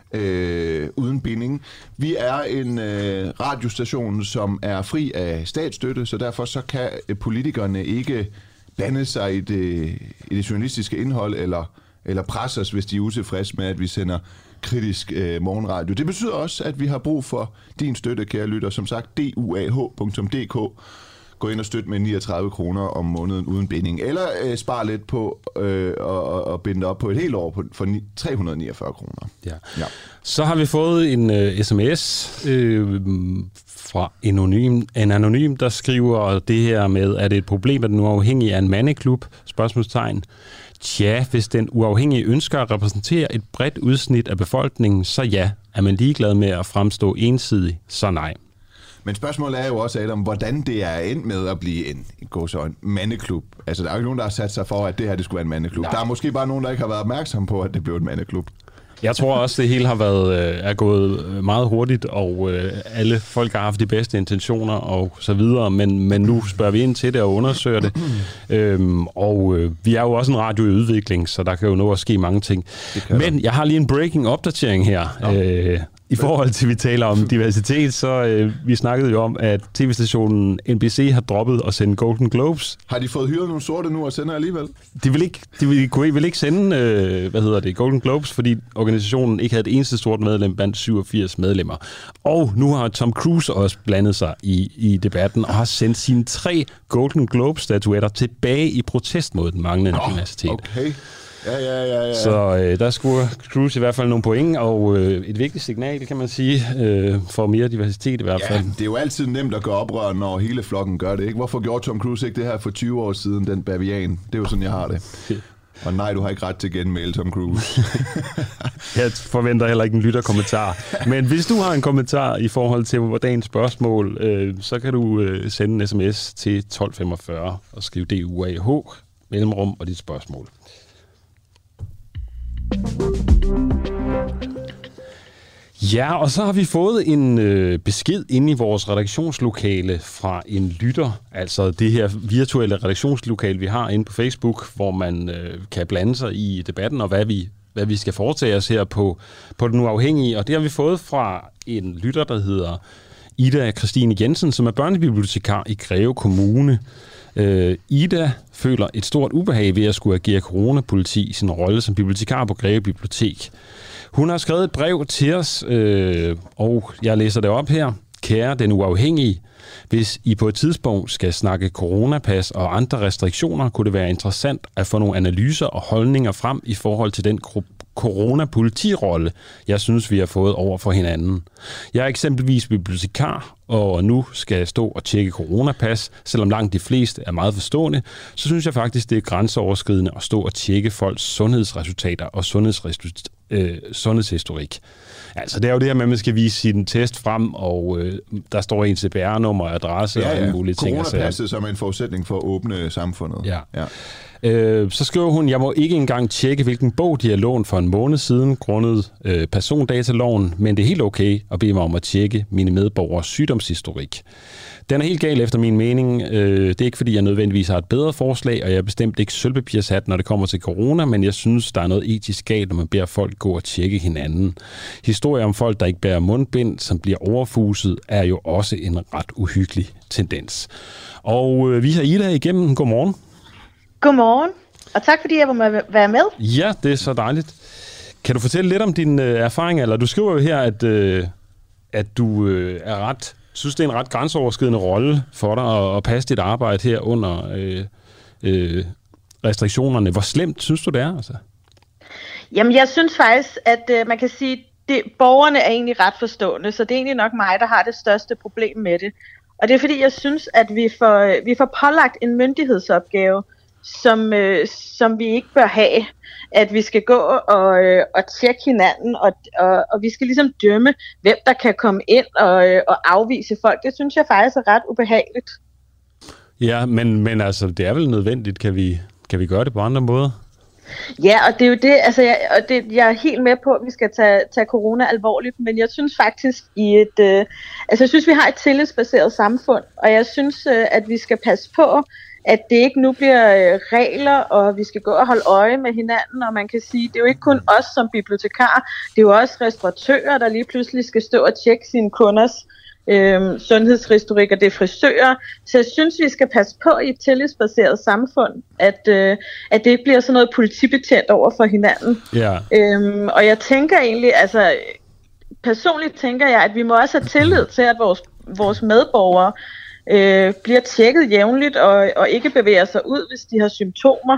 øh, uden binding. Vi er en øh, radiostation, som er fri af statsstøtte, så derfor så kan politikerne ikke blande sig i det, i det journalistiske indhold, eller, eller presse os, hvis de er utilfredse med, at vi sender kritisk øh, morgenradio. Det betyder også, at vi har brug for din støtte, kære lytter. Som sagt, d u a h punktum d k. Gå ind og støt med niogtredive kroner om måneden uden binding. Eller øh, spar lidt på øh, og, og binde op på et helt år på, for tre hundrede og niogfyrre kroner. Ja. Ja. Så har vi fået en øh, sms øh, fra en anonym, en anonym, der skriver det her med, at det er et problem, at den uafhængige er en mandeklub? Spørgsmålstegn. Tja, hvis den uafhængige ønsker at repræsentere et bredt udsnit af befolkningen, så ja. Er man ligeglad med at fremstå ensidig, så nej. Men spørgsmålet er jo også, Adam, hvordan det er endt med at blive en, en mandeklub. Altså, der er jo ikke nogen, der har sat sig for, at det her det skulle være en mandeklub. Nej. Der er måske bare nogen, der ikke har været opmærksom på, at det blev en mandeklub. Jeg tror også, det hele har været er gået meget hurtigt, og øh, alle folk har haft de bedste intentioner og så videre, men, men nu spørger vi ind til det og undersøger det. øhm, og øh, vi er jo også en radio i udvikling, så der kan jo nå at ske mange ting. Men der. Jeg har lige en breaking opdatering her. Øh, I forhold til, at vi taler om diversitet, så øh, vi snakkede jo om, at tv-stationen N B C har droppet at sende Golden Globes. Har de fået hyret nogle sorte nu og sender alligevel? De vil ikke, de vil, kunne vil ikke sende øh, hvad hedder det, Golden Globes, fordi organisationen ikke havde et eneste stort medlem blandt syvogfirs medlemmer. Og nu har Tom Cruise også blandet sig i, i debatten og har sendt sine tre Golden Globe-statuetter tilbage i protest mod den manglende oh, diversitet. Okay. Ja, ja, ja, ja. Så øh, der skulle Cruise i hvert fald nogle point, og øh, et vigtigt signal, kan man sige, øh, for mere diversitet i hvert fald. Ja, det er jo altid nemt at gøre oprør, når hele flokken gør det, ikke? Hvorfor gjorde Tom Cruise ikke det her for tyve år siden, den bavian? Det er jo sådan, jeg har det. Og nej, du har ikke ret til genmæle, Tom Cruise. Jeg forventer heller ikke en lytterkommentar. Men hvis du har en kommentar i forhold til dagens spørgsmål, øh, så kan du øh, sende en sms til tolv femogfyrre og skrive D U A H, mellemrum og dit spørgsmål. Ja, og så har vi fået en øh, besked inde i vores redaktionslokale fra en lytter, altså det her virtuelle redaktionslokale, vi har inde på Facebook, hvor man øh, kan blande sig i debatten og hvad vi, hvad vi skal foretage os her på, på Den Uafhængige. Og det har vi fået fra en lytter, der hedder Ida Christine Jensen, som er børnebibliotekar i Greve Kommune. Øh, Ida føler et stort ubehag ved at skulle agere coronapoliti i sin rolle som bibliotekar på Greve Bibliotek. Hun har skrevet et brev til os, øh, og jeg læser det op her. Kære Den Uafhængige, hvis I på et tidspunkt skal snakke coronapas og andre restriktioner, kunne det være interessant at få nogle analyser og holdninger frem i forhold til den coronapolitirolle, jeg synes, vi har fået over for hinanden. Jeg er eksempelvis bibliotekar, og nu skal jeg stå og tjekke coronapas, selvom langt de fleste er meget forstående, så synes jeg faktisk, det er grænseoverskridende at stå og tjekke folks sundhedsresultater og sundhedsresultater. Øh, sundhedshistorik. Altså, det er jo det her med, at man skal vise sin test frem, og øh, der står en C P R-nummer, adresse ja, ja. og alle mulige ting. Coronapasset som en forudsætning for at åbne samfundet. Ja. ja. Øh, så skriver hun, jeg må ikke engang tjekke, hvilken bog de har lånt for en måned siden, grundet øh, persondataloven, men det er helt okay at bede mig om at tjekke mine medborgers sygdomshistorik. Den er helt gal efter min mening. Det er ikke, fordi jeg nødvendigvis har et bedre forslag, og jeg er bestemt ikke sølvpapirshat, når det kommer til corona, men jeg synes, der er noget etisk galt, når man beder folk gå og tjekke hinanden. Historier om folk, der ikke bærer mundbind, som bliver overfuset, er jo også en ret uhyggelig tendens. Og vi har Ida igennem. Godmorgen. Godmorgen, og tak fordi jeg var med være med. Ja, det er så dejligt. Kan du fortælle lidt om din erfaring? Eller du skriver jo her, at at du øh, er ret, synes, det er en ret grænseoverskridende rolle for dig at, at passe dit arbejde her under øh, øh, restriktionerne. Hvor slemt synes du, det er? Altså? Jamen, jeg synes faktisk, at øh, man kan sige, det, borgerne er egentlig ret forstående, så det er egentlig nok mig, der har det største problem med det. Og det er fordi, jeg synes, at vi får, vi får pålagt en myndighedsopgave, som, øh, som vi ikke bør have. At vi skal gå og, øh, og tjekke hinanden, og, og, og vi skal ligesom dømme, hvem der kan komme ind og, øh, og afvise folk. Det synes jeg faktisk er ret ubehageligt. Ja, men, men altså, det er vel nødvendigt. Kan vi, kan vi gøre det på andre måder? Ja, og det er jo det, altså jeg, og det, jeg er helt med på, at vi skal tage, tage corona alvorligt, men jeg synes faktisk i et, øh, altså jeg synes, vi har et tillidsbaseret samfund, og jeg synes, øh, at vi skal passe på, at det ikke nu bliver øh, regler, og vi skal gå og holde øje med hinanden, og man kan sige, det er jo ikke kun os som bibliotekarer, det er jo også restauratører, der lige pludselig skal stå og tjekke sine kunders Øhm, sundhedshistorik, og det er frisører. Så jeg synes, vi skal passe på i et tillidsbaseret samfund, at, øh, at det ikke bliver sådan noget politibetjent over for hinanden. Yeah. Øhm, og jeg tænker egentlig, altså personligt tænker jeg, at vi må også have tillid til, at vores, vores medborgere øh, bliver tjekket jævnligt, og, og ikke bevæger sig ud, hvis de har symptomer.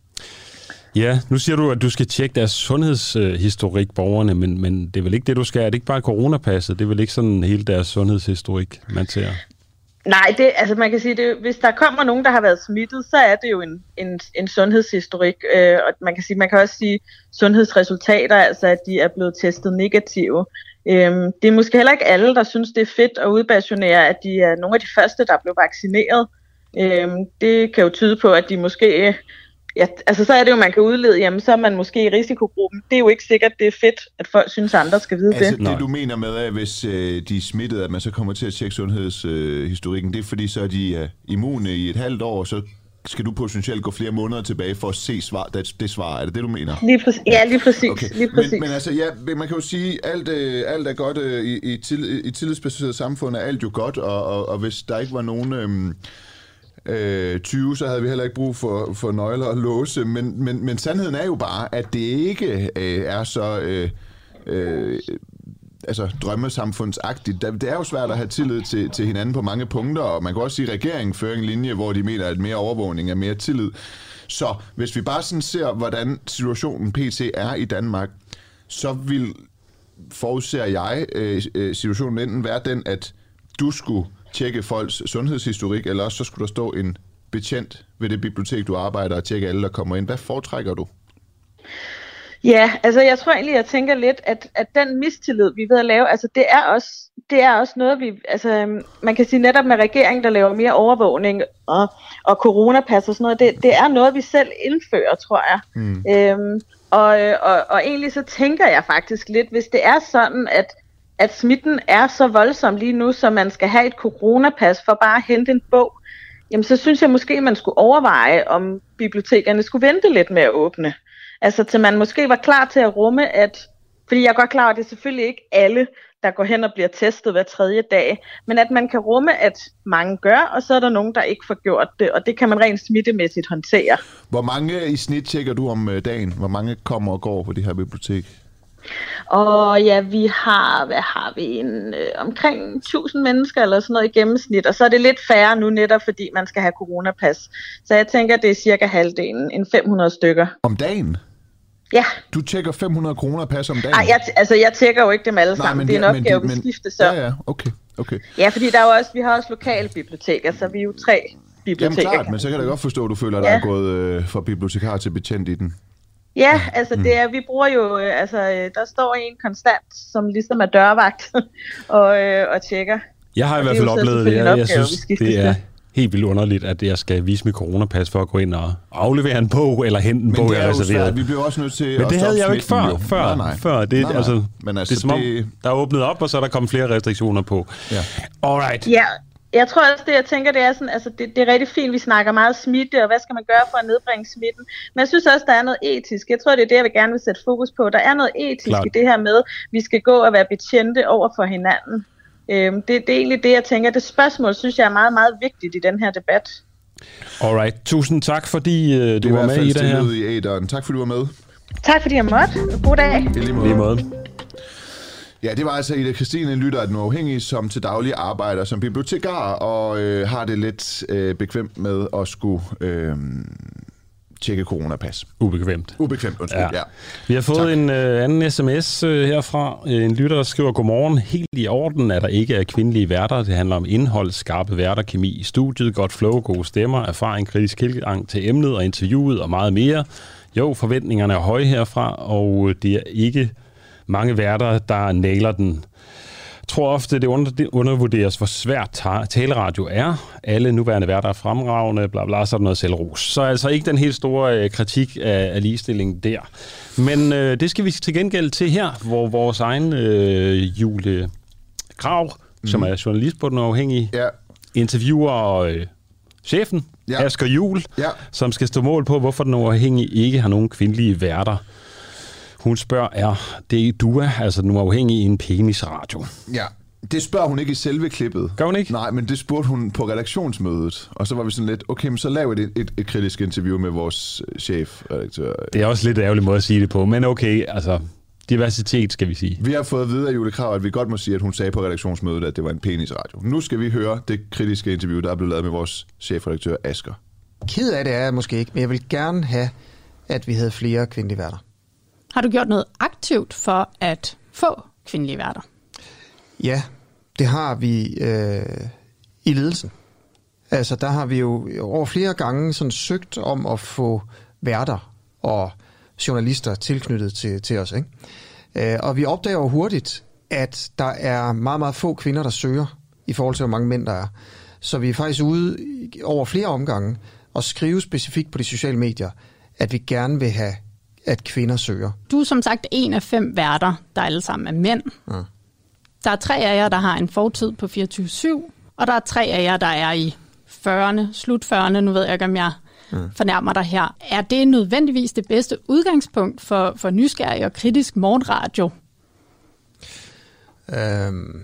Ja, nu siger du, at du skal tjekke deres sundhedshistorik, borgerne, men, men det er vel ikke det, du skal? Er det ikke bare coronapasset? Det er vel ikke sådan hele deres sundhedshistorik, man ser? Nej, det, altså man kan sige, det, hvis der kommer nogen, der har været smittet, så er det jo en, en, en sundhedshistorik. Øh, og man kan sige, man kan også sige sundhedsresultater, altså at de er blevet testet negative. Øh, det er måske heller ikke alle, der synes, det er fedt at udbasunere, at de er nogle af de første, der blev vaccineret. Øh, det kan jo tyde på, at de måske... Ja, altså så er det jo, man kan udlede, jamen så er man måske i risikogruppen. Det er jo ikke sikkert, det er fedt, at folk synes, at andre skal vide altså, det. det. Det du mener med, at hvis øh, de er smittet, at man så kommer til at tjekke sundhedshistorikken, øh, det er fordi, så er de øh, immune i et halvt år, så skal du potentielt gå flere måneder tilbage for at se svar, det, det svar. Er det det, du mener? Lige præcis. Ja, lige præcis. Okay. Lige præcis. Men, men altså, ja, man kan jo sige, at alt, øh, alt er godt øh, i, i, til, i tillidsbaseret samfund, er alt jo godt, og, og, og hvis der ikke var nogen... Øh, Øh, tyve, så havde vi heller ikke brug for, for nøgler og låse, men, men, men sandheden er jo bare, at det ikke øh, er så øh, øh, altså, drømmesamfundsagtigt. Det er jo svært at have tillid til, til hinanden på mange punkter, og man kan også sige, at regeringen fører en linje, hvor de mener, at mere overvågning er mere tillid. Så hvis vi bare sådan ser, hvordan situationen pt. Er i Danmark, så vil, forudser jeg, øh, situationen enten være den, at du skulle tjekke folks sundhedshistorik, eller også så skulle der stå en betjent ved det bibliotek, du arbejder, og tjekke alle, der kommer ind. Hvad foretrækker du? Ja, altså jeg tror egentlig, jeg tænker lidt, at, at den mistillid, vi er ved at lave, altså det er også, det er også noget, vi, altså man kan sige netop med regeringen, der laver mere overvågning og, og coronapas og sådan noget, det, det er noget, vi selv indfører, tror jeg. Mm. Øhm, og, og, og egentlig så tænker jeg faktisk lidt, hvis det er sådan, at at smitten er så voldsom lige nu, så man skal have et coronapas for bare at hente en bog, jamen så synes jeg måske, man skulle overveje, om bibliotekerne skulle vente lidt med at åbne. Altså til man måske var klar til at rumme, at, fordi jeg er godt klar over, at det er selvfølgelig ikke alle, der går hen og bliver testet hver tredje dag, men at man kan rumme, at mange gør, og så er der nogen, der ikke får gjort det, og det kan man rent smittemæssigt håndtere. Hvor mange i snit tjekker du om dagen? Hvor mange kommer og går på det her bibliotek? Og ja, vi har, hvad har vi, en, øh, omkring tusind mennesker eller sådan noget i gennemsnit, og så er det lidt færre nu netop, fordi man skal have coronapas. Så jeg tænker, det er cirka halvdelen, en fem hundrede stykker. Om dagen? Ja. Du tjekker fem hundrede kroner pas om dagen? Nej, jeg, altså jeg tjekker jo ikke dem alle sammen. Nej, det er en ja, opgave, vi skifter så. Ja, ja, okay, okay. Ja, fordi der er jo også, vi har også lokale biblioteker, så vi er jo tre biblioteker. Jamen klart, men så kan jeg godt forstå, at du føler, at ja. Der er gået øh, fra bibliotekar til betjent i den. Ja, altså det er, vi bruger jo, øh, altså der står en konstant, som ligesom er dørvagt og, øh, og tjekker. Jeg har i og hvert fald oplevet det. Jeg, opgave, jeg synes, det er helt vildt underligt, at jeg skal vise mit coronapas for at gå ind og aflevere en bog, eller hente en bog, jeg har reserveret. Vi bliver også nødt til Men at det havde jeg jo ikke før. Jo. Før, nej, nej. før. Det, nej, nej. Altså, Men altså, det er som om, det... der er åbnet op, og så er der kommet flere restriktioner på. Ja. Alright. Ja. Jeg tror også, det jeg tænker, det er sådan, altså det, det er rigtig fint, vi snakker meget smitte, og hvad skal man gøre for at nedbringe smitten. Men jeg synes også, der er noget etisk. Jeg tror, det er det, jeg vil gerne vil sætte fokus på. Der er noget etisk Klart. I det her med, vi skal gå og være betjente over for hinanden. Øhm, det, det er egentlig det, jeg tænker. Det spørgsmål, synes jeg, er meget, meget vigtigt i den her debat. Alright. Tusind tak, fordi uh, du det var med i det her. I æderen. Tak, fordi du var med. Tak, fordi jeg måtte. God dag. I lige måde. Lige måde. Ja, det var altså Ida Christine Lytter, den uafhængige, som til daglig arbejder som bibliotekar og øh, har det lidt øh, bekvemt med at skulle øh, tjekke coronapas. Ubekvemt. Ubekvemt, undskyld, ja. ja. Vi har fået tak. en øh, anden sms øh, herfra. En lytter, der skriver, godmorgen. Helt i orden, at der ikke er kvindelige værter. Det handler om indhold, skarpe værter, kemi i studiet, godt flow, gode stemmer, erfaring, kritisk tilgang til emnet og interviewet og meget mere. Jo, forventningerne er høje herfra, og det er ikke mange værter, der nailer den. Jeg tror ofte, det, under, det undervurderes, hvor svært ta- taleradio er. Alle nuværende værter er fremragende, bla bla, så er der noget selvros. Så altså ikke den helt store øh, kritik af, af ligestilling der. Men øh, det skal vi til gengæld til her, hvor vores egen øh, Julie Grav, mm. som er journalist på Den Uafhængige, ja. interviewer øh, chefen, ja. Asger Juhl, ja. som skal stå mål på, hvorfor Den Uafhængige ikke har nogen kvindelige værter. Hun spørger, er det du er, altså Den Uafhængige, i en penisradio? Ja, det spørger hun ikke i selve klippet. Gør hun ikke? Nej, men det spurgte hun på redaktionsmødet. Og så var vi sådan lidt, okay, men så laver vi et, et, et kritisk interview med vores chefredaktør. Det er også lidt ærgerlig måde at sige det på, men okay, altså diversitet skal vi sige. Vi har fået at vide af Julie Krav, at vi godt må sige, at hun sagde på redaktionsmødet, at det var en penisradio. Nu skal vi høre det kritiske interview, der er blevet lavet med vores chefredaktør Asger. Ked af det er jeg måske ikke, men jeg vil gerne have, at vi havde flere kvindelige værter. Har du gjort noget aktivt for at få kvindelige værter? Ja, det har vi øh, i ledelsen. Altså, der har vi jo over flere gange sådan søgt om at få værter og journalister tilknyttet til, til os, ikke? Øh, og vi opdager jo hurtigt, at der er meget, meget få kvinder, der søger i forhold til, hvor mange mænd der er. Så vi er faktisk ude over flere omgange og skrive specifikt på de sociale medier, at vi gerne vil have, at kvinder søger. Du er som sagt en af fem værter, der alle sammen er mænd. Ja. Der er tre af jer, der har en fortid på fireogtyve syv, og der er tre af jer, der er i fyrrerne, slut fyrrerne, nu ved jeg ikke, om jeg ja. fornærmer dig her. Er det nødvendigvis det bedste udgangspunkt for, for nysgerrig og kritisk morgenradio? Øhm,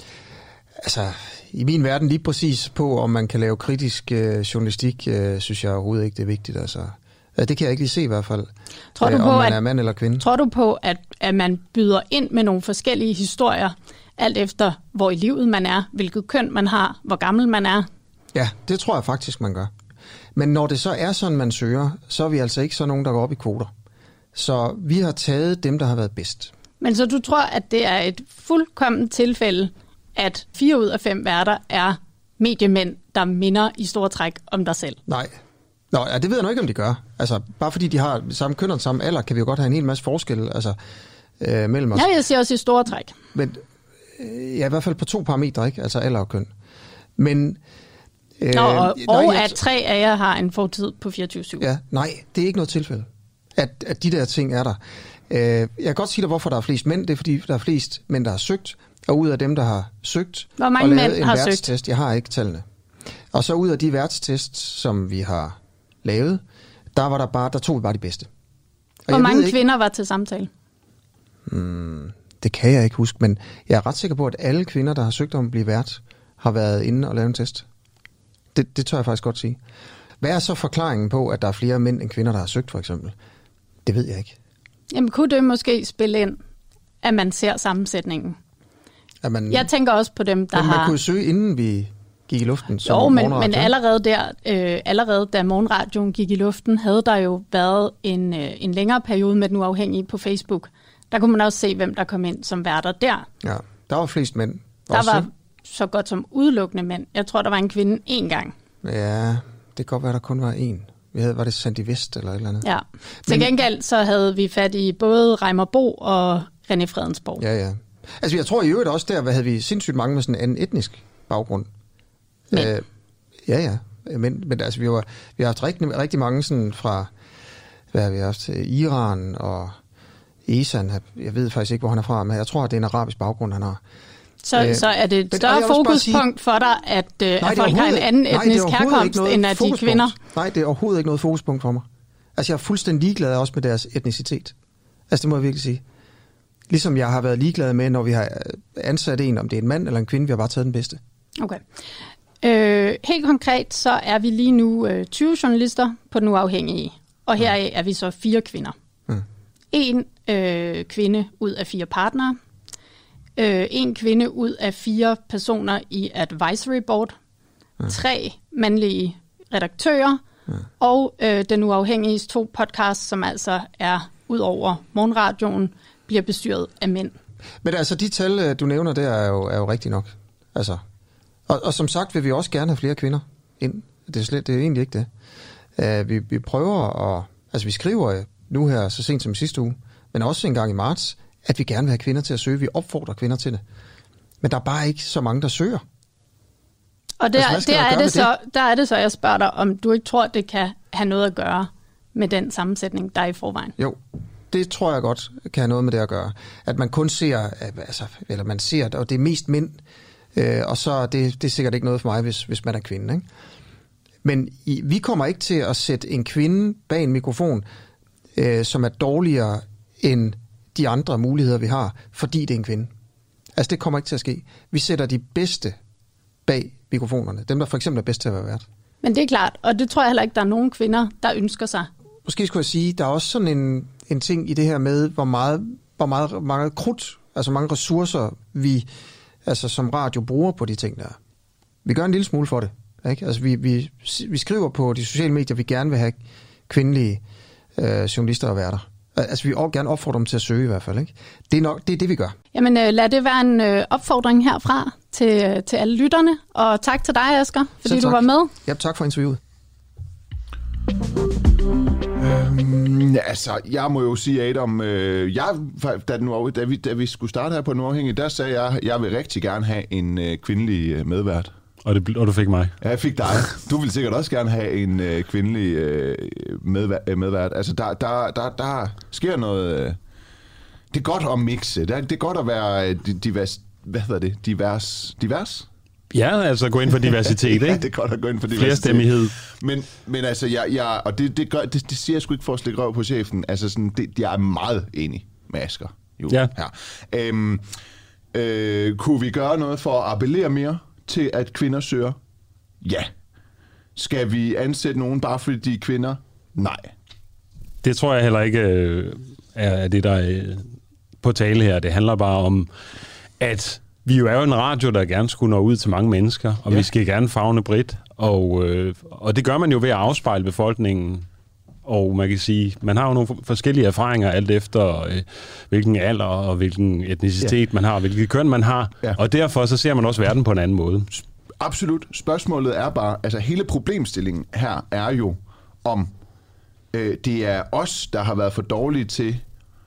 altså, i min verden lige præcis på, om man kan lave kritisk øh, journalistik, øh, synes jeg overhovedet ikke, det er vigtigt, altså. Det kan jeg ikke lige se i hvert fald, tror du øh, på, om man er mand eller kvinde. Tror du på, at, at man byder ind med nogle forskellige historier, alt efter hvor i livet man er, hvilket køn man har, hvor gammel man er? Ja, det tror jeg faktisk, man gør. Men når det så er sådan, man søger, så er vi altså ikke så nogen, der går op i kvoter. Så vi har taget dem, der har været bedst. Men så du tror, at det er et fuldkommen tilfælde, at fire ud af fem værter er mediemænd, der minder i store træk om dig selv? Nej. Nå, ja, det ved jeg nok ikke, om de gør. Altså, bare fordi de har samme køn og samme alder, kan vi jo godt have en hel masse forskel altså, øh, mellem os. Ja, jeg siger også i store træk. Men øh, ja, i hvert fald på to parametre, ikke? Altså alder og køn. Men... Øh, Nå, og, nej, og at tre af jer har en fortid på fireogtyve syv. Ja, nej, det er ikke noget tilfælde, at, at de der ting er der. Øh, jeg kan godt sige dig, hvorfor der er flest mænd. Det er, fordi der er flest mænd, der har søgt. Og ud af dem, der har søgt hvor mange og mænd lavet en har værtstest, søgt? Jeg har ikke tallene. Og så ud af de værtstests, som vi har lavet, der var der bare, der tog vi bare de bedste. Og hvor mange ikke, kvinder var til samtale? Hmm, det kan jeg ikke huske, men jeg er ret sikker på, at alle kvinder, der har søgt om at blive vært, har været inde og lavet en test. Det, det tør jeg faktisk godt sige. Hvad er så forklaringen på, at der er flere mænd end kvinder, der har søgt, for eksempel? Det ved jeg ikke. Jamen, kunne det måske spille ind, at man ser sammensætningen? At man, jeg tænker også på dem, der men har... man kunne søge, inden vi gik i luften. Som jo, men, men allerede der, øh, allerede da morgenradioen gik i luften, havde der jo været en, øh, en længere periode med Den Uafhængige på Facebook. Der kunne man også se, hvem der kom ind som værter der. Ja, der var flest mænd. Der også. var så godt som udelukkende mænd. Jeg tror, der var en kvinde én gang. Ja, det kan godt være, der kun var én. Vi havde, var det Sandy Vest eller et eller andet? Ja, til men, gengæld så havde vi fat i både Reimer Bo og René Fredensborg. Ja, ja. Altså jeg tror i øvrigt også der, hvad havde vi sindssygt mange med sådan en anden etnisk baggrund. Men. Øh, ja, ja. Men, men altså, vi, var, vi har haft rigtig, rigtig mange sådan fra, hvad har vi haft, Iran og Esan. Jeg ved faktisk ikke, hvor han er fra, men jeg tror, at det er en arabisk baggrund, han har. Så, øh, så er det et større fokuspunkt sige, for dig, at, nej, at folk har en anden etnisk nej, herkomst, end at de kvinder? Nej, det er overhovedet ikke noget fokuspunkt for mig. Altså, jeg er fuldstændig ligeglad også med deres etnicitet. Altså, det må jeg virkelig sige. Ligesom jeg har været ligeglad med, når vi har ansat en, om det er en mand eller en kvinde, vi har bare taget den bedste. Okay. Øh, helt konkret, så er vi lige nu øh, tyve journalister på Den Uafhængige, og heraf er vi så fire kvinder. Mm. En øh, kvinde ud af fire partnere. øh, en kvinde ud af fire personer i advisory board, ja. tre mandlige redaktører, ja. og øh, Den Uafhængiges to podcasts, som altså er ud over morgenradioen, bliver bestyret af mænd. Men altså, de tal, du nævner, der er jo, er jo rigtigt nok. Altså, og, og som sagt vil vi også gerne have flere kvinder ind. Det er, slet, det er egentlig ikke det. Uh, vi, vi prøver at... Altså, vi skriver nu her så sent som sidste uge, men også en gang i marts, at vi gerne vil have kvinder til at søge. Vi opfordrer kvinder til det. Men der er bare ikke så mange, der søger. Og der, altså, der, er det så, det? der er det så, jeg spørger dig, om du ikke tror, det kan have noget at gøre med den sammensætning, der er i forvejen? Jo, det tror jeg godt kan have noget med det at gøre. At man kun ser, altså, eller man ser, og det er mest mænd, øh, og så det, det er sikkert ikke noget for mig, hvis, hvis man er kvinde, ikke? Men i, vi kommer ikke til at sætte en kvinde bag en mikrofon, øh, som er dårligere end de andre muligheder, vi har, fordi det er en kvinde. Altså, det kommer ikke til at ske. Vi sætter de bedste bag mikrofonerne. Dem, der for eksempel er bedst til at være vært. Men det er klart, og det tror jeg heller ikke, der er nogen kvinder, der ønsker sig. Måske skulle jeg sige, der er også sådan en, en ting i det her med, hvor meget, hvor meget, meget krudt, altså mange ressourcer, vi altså som radio bruger på de ting der. Vi gør en lille smule for det. Ikke? Altså, vi, vi, vi skriver på de sociale medier, vi gerne vil have kvindelige øh, journalister og værter. Altså, vi vil også gerne opfordre dem til at søge i hvert fald. Ikke? Det er nok, det er det, vi gør. Jamen, øh, lad det være en øh, opfordring herfra til, øh, til alle lytterne. Og tak til dig, Asger, fordi du var med. Ja, tak for interviewet. Øhm, altså, jeg må jo sige, Adam, øh, jeg, da, den, da, vi, da vi skulle starte her på Den Uafhængige, der sagde jeg, at jeg vil rigtig gerne have en øh, kvindelig øh, medvært. Og, det, og du fik mig. Ja, jeg fik dig. Du vil sikkert også gerne have en øh, kvindelig øh, medvært, medvært. Altså, der, der, der, der sker noget... Øh, det er godt at mixe. Det er, det er godt at være divers... Hvad hedder det? Divers... Divers? Ja, altså gå ind for diversitet, ikke? Ja, det er godt at gå ind for diversitet. Flerstemmighed. Men, men altså, jeg, jeg, og det, det, gør, det, det siger jeg sgu ikke for at slikke røv på chefen. Altså, sådan, det, jeg er meget enig med Asger. Jo, ja. Her. Øhm, øh, kunne vi gøre noget for at appellere mere til, at kvinder søger? Ja. Skal vi ansætte nogen bare fordi de er kvinder? Nej. Det tror jeg heller ikke øh, er det, der er på tale her. Det handler bare om, at vi jo er jo en radio, der gerne skulle nå ud til mange mennesker, og ja. vi skal gerne favne bredt, og, øh, og det gør man jo ved at afspejle befolkningen. Og man kan sige, man har jo nogle forskellige erfaringer alt efter, øh, hvilken alder og hvilken etnicitet ja. man har, hvilket køn man har, ja. og derfor så ser man også verden på en anden måde. Absolut. Spørgsmålet er bare, altså hele problemstillingen her er jo, om øh, det er os, der har været for dårlige til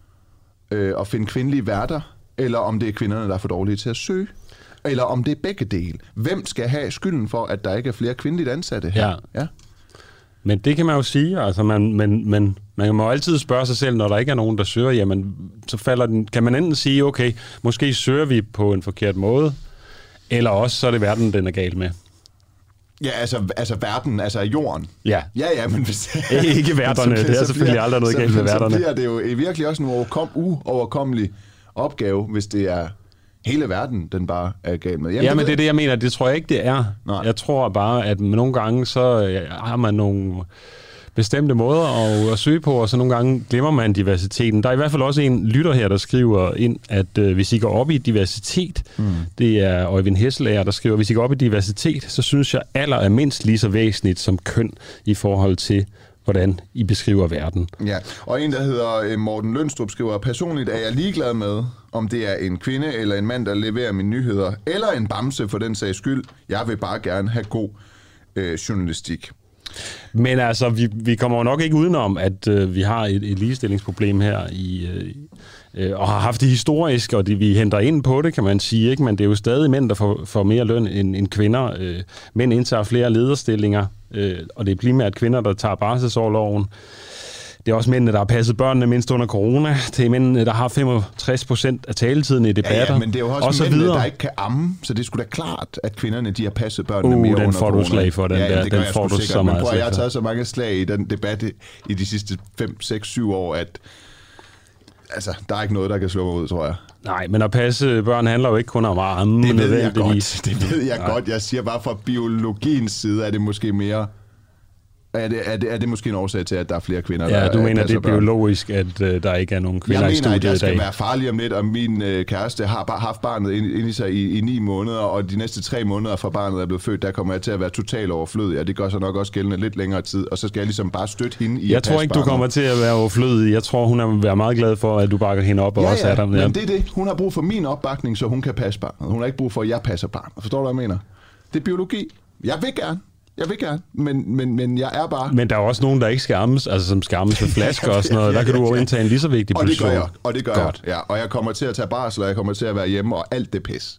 øh, at finde kvindelige værter, eller om det er kvinderne, der er for dårlige til at søge, eller om det er begge dele. Hvem skal have skylden for, at der ikke er flere kvindeligt ansatte her? Ja. ja. Men det kan man jo sige, altså man, men, men man må altid spørge sig selv, når der ikke er nogen, der søger, jamen så falder den, kan man enten sige, okay, måske søger vi på en forkert måde, eller også så er det verden, den er gal med. Ja, altså, altså verden, altså jorden. Ja. Ja, ja, men hvis... ikke værterne, det er selvfølgelig bliver, aldrig noget galt med værterne. Så bliver det jo virkelig også en uoverkom, uoverkommelig opgave, hvis det er hele verden, den bare er gal med. Jamen, ja, men det er det, jeg mener. Det tror jeg ikke, det er. Nej. Jeg tror bare, at nogle gange, så har man nogle bestemte måder at, at søge på, og så nogle gange glemmer man diversiteten. Der er i hvert fald også en lytter her, der skriver ind, at øh, hvis I går op i diversitet, mm. det er Øjvind Hesselager, der skriver, hvis I går op i diversitet, så synes jeg, alder er mindst lige så væsentligt som køn i forhold til, hvordan I beskriver verden. Ja, og en, der hedder Morten Lønstrup, skriver, personligt er jeg ligeglad med, om det er en kvinde eller en mand, der leverer mine nyheder, eller en bamse for den sags skyld. Jeg vil bare gerne have god øh, journalistik. Men altså, vi, vi kommer jo nok ikke udenom, at øh, vi har et, et ligestillingsproblem her, i, øh, og har haft det historisk, og det, vi henter ind på det, kan man sige, ikke? Men det er jo stadig mænd, der får, får mere løn end, end kvinder. Øh, mænd indtager flere lederstillinger, øh, og det er primært kvinder, der tager barselsorloven. Det er også mændene, der har passet børnene mindst under corona. Det er mændene, der har femogtres procent af taletiden i debatter. Ja, ja, men det er jo også mændene, der ikke kan amme, så det er sgu da klart, at kvinderne, de har passet børnene uh, mere under corona. Uh, den får du slag for, den ja, der. Det den får du sikkert, så meget men prøv, jeg har for. taget så mange slag i den debat i de sidste fem, seks, syv år, at altså, der er ikke noget, der kan slå mig ud, tror jeg. Nej, men at passe børn handler jo ikke kun om at amme. Det ved jeg godt. Det ved jeg Nej. godt. Jeg siger bare, fra biologiens side er det måske mere Er det, er, det, er det måske en årsag til, at der er flere kvinder, ja, der du mener, det er børn? biologisk, at uh, der ikke er nogen kvinder i studiet i dag? Jeg mener, at jeg skal være farlig om lidt, og min øh, kæreste har bare haft barnet inde ind i sig i, i ni måneder, og de næste tre måneder fra barnet er blevet født, der kommer jeg til at være totalt overflødig, og det gør så nok også gældende lidt længere tid, og så skal jeg ligesom bare støtte hende i Jeg at tror ikke, du kommer til at være overflødig. Jeg tror, hun er være meget glad for, at du bakker hende op, og ja, også ja, er der. men det er det. Hun har brug for min opbakning, så hun kan passe barnet. Hun har ikke brug for, at jeg passer barnet. Forstår du, hvad jeg mener? Det er biologi. Jeg vil gerne. Jeg vil gerne, men, men, men jeg er bare... Men der er også nogen, der ikke skærmes, altså som skærmes med flasker og sådan noget. Der kan du jo indtage en lige så vigtig position. Og det gør jeg, og det gør Godt. jeg. Ja, og jeg kommer til at tage barsel, og jeg kommer til at være hjemme, og alt det pis.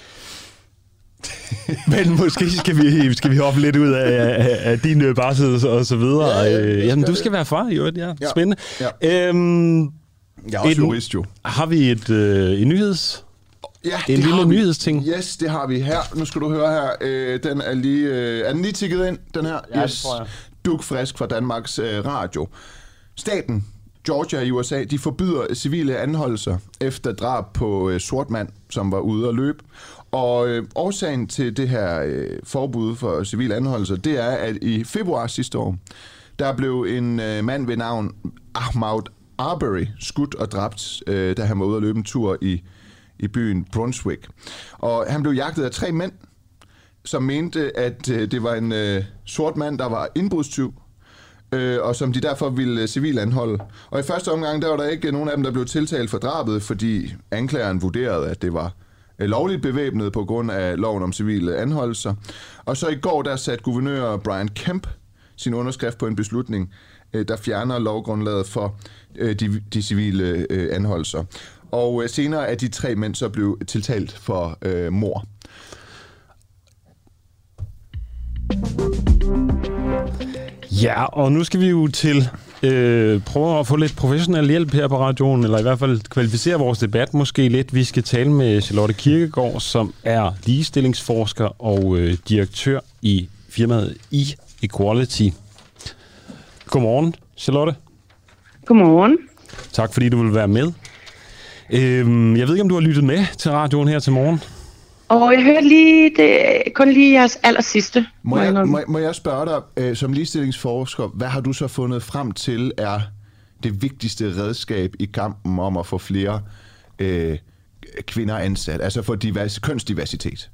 Men måske skal vi, skal vi hoppe lidt ud af, af, af din barsel og så videre. Ja, ja, Jamen, du skal være far, jo. Ja, spændende. Ja. Ja. Øhm, jeg er også et, jurist, jo. Har vi et, øh, en nyheds... Ja, en lille nyhedsting. Yes, det har vi her. Nu skal du høre her. Øh, den er lige, øh, er den lige tikket ind, den her? Ja, yes. det tror jeg. Duk frisk fra Danmarks øh, Radio. Staten, Georgia i U S A, de forbyder civile anholdelser efter drab på øh, sort mand, som var ude at løbe. Og øh, årsagen til det her øh, forbud for civile anholdelser, det er, at i februar sidste år, der blev en øh, mand ved navn Ahmaud Arbery skudt og dræbt, øh, da han var ude at løbe en tur i i byen Brunswick. Og han blev jagtet af tre mænd, som mente, at øh, det var en øh, sort mand, der var indbrudstyv, øh, og som de derfor ville øh, civil anholde. Og i første omgang, der var der ikke nogen af dem, der blev tiltalt for drabet, fordi anklageren vurderede, at det var øh, lovligt bevæbnet på grund af loven om civile anholdelser. Og så i går, der satte guvernør Brian Kemp sin underskrift på en beslutning, øh, der fjerner lovgrundlaget for øh, de, de civile øh, anholdelser. Og senere er de tre mænd så blev tiltalt for øh, mord. Ja, og nu skal vi jo til øh, prøve at få lidt professionel hjælp her på radioen, eller i hvert fald kvalificere vores debat måske lidt. Vi skal tale med Charlotte Kirkegaard, som er ligestillingsforsker og øh, direktør i firmaet E-Equality. Godmorgen, Charlotte. Godmorgen. Tak fordi du vil være med. Øhm, jeg ved ikke, om du har lyttet med til radioen her til morgen? Og jeg hørte lige det, kun lige jeres allersidste. Må jeg, må, må jeg spørge dig, øh, som ligestillingsforsker, hvad har du så fundet frem til er det vigtigste redskab i kampen om at få flere øh, kvinder ansat, altså for divers, kønsdiversitet?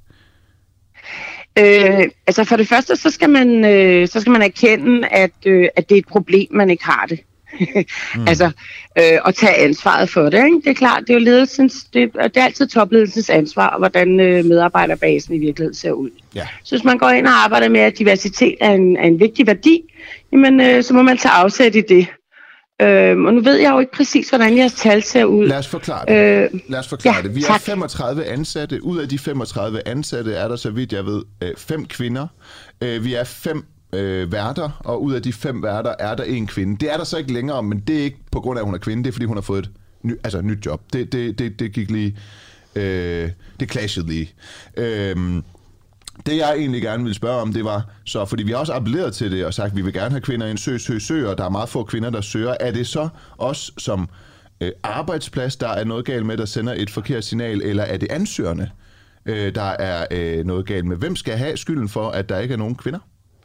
Øh, altså for det første, så skal man, øh, så skal man erkende, at, øh, at det er et problem, man ikke har det. mm. Altså øh, at tage ansvaret for det, ikke? Det er klart, det er jo ledelsens, det, det er altid topledelsens ansvar, hvordan øh, medarbejderbasen i virkeligheden ser ud. Ja. Så hvis man går ind og arbejder med, at diversitet er en, er en vigtig værdi, jamen, øh, så må man tage afsæt i det. Øh, og nu ved jeg jo ikke præcis, hvordan jeres tal ser ud. Lad os forklare det. Øh, Lad os forklare ja, det. Vi tak. er femogtredive ansatte. Ud af de femogtredive ansatte er der, så vidt jeg ved, fem kvinder. Vi er fem øh, værter, og ud af de fem værter er der en kvinde. Det er der så ikke længere, men det er ikke på grund af, at hun er kvinde. Det er, fordi hun har fået et ny, altså et nyt job. Det, det, det, det gik lige... Øh, det clashede lige. Øh, Det jeg egentlig gerne ville spørge om, det var så, fordi vi har også appelleret til det og sagt, at vi vil gerne have kvinder i en søg, søg, søg, og der er meget få kvinder, der søger. Er det så os som øh, arbejdsplads, der er noget galt med, der sender et forkert signal, eller er det ansøgerne, øh, der er øh, noget galt med? Hvem skal have skylden for, at der ikke er nogen kvinder?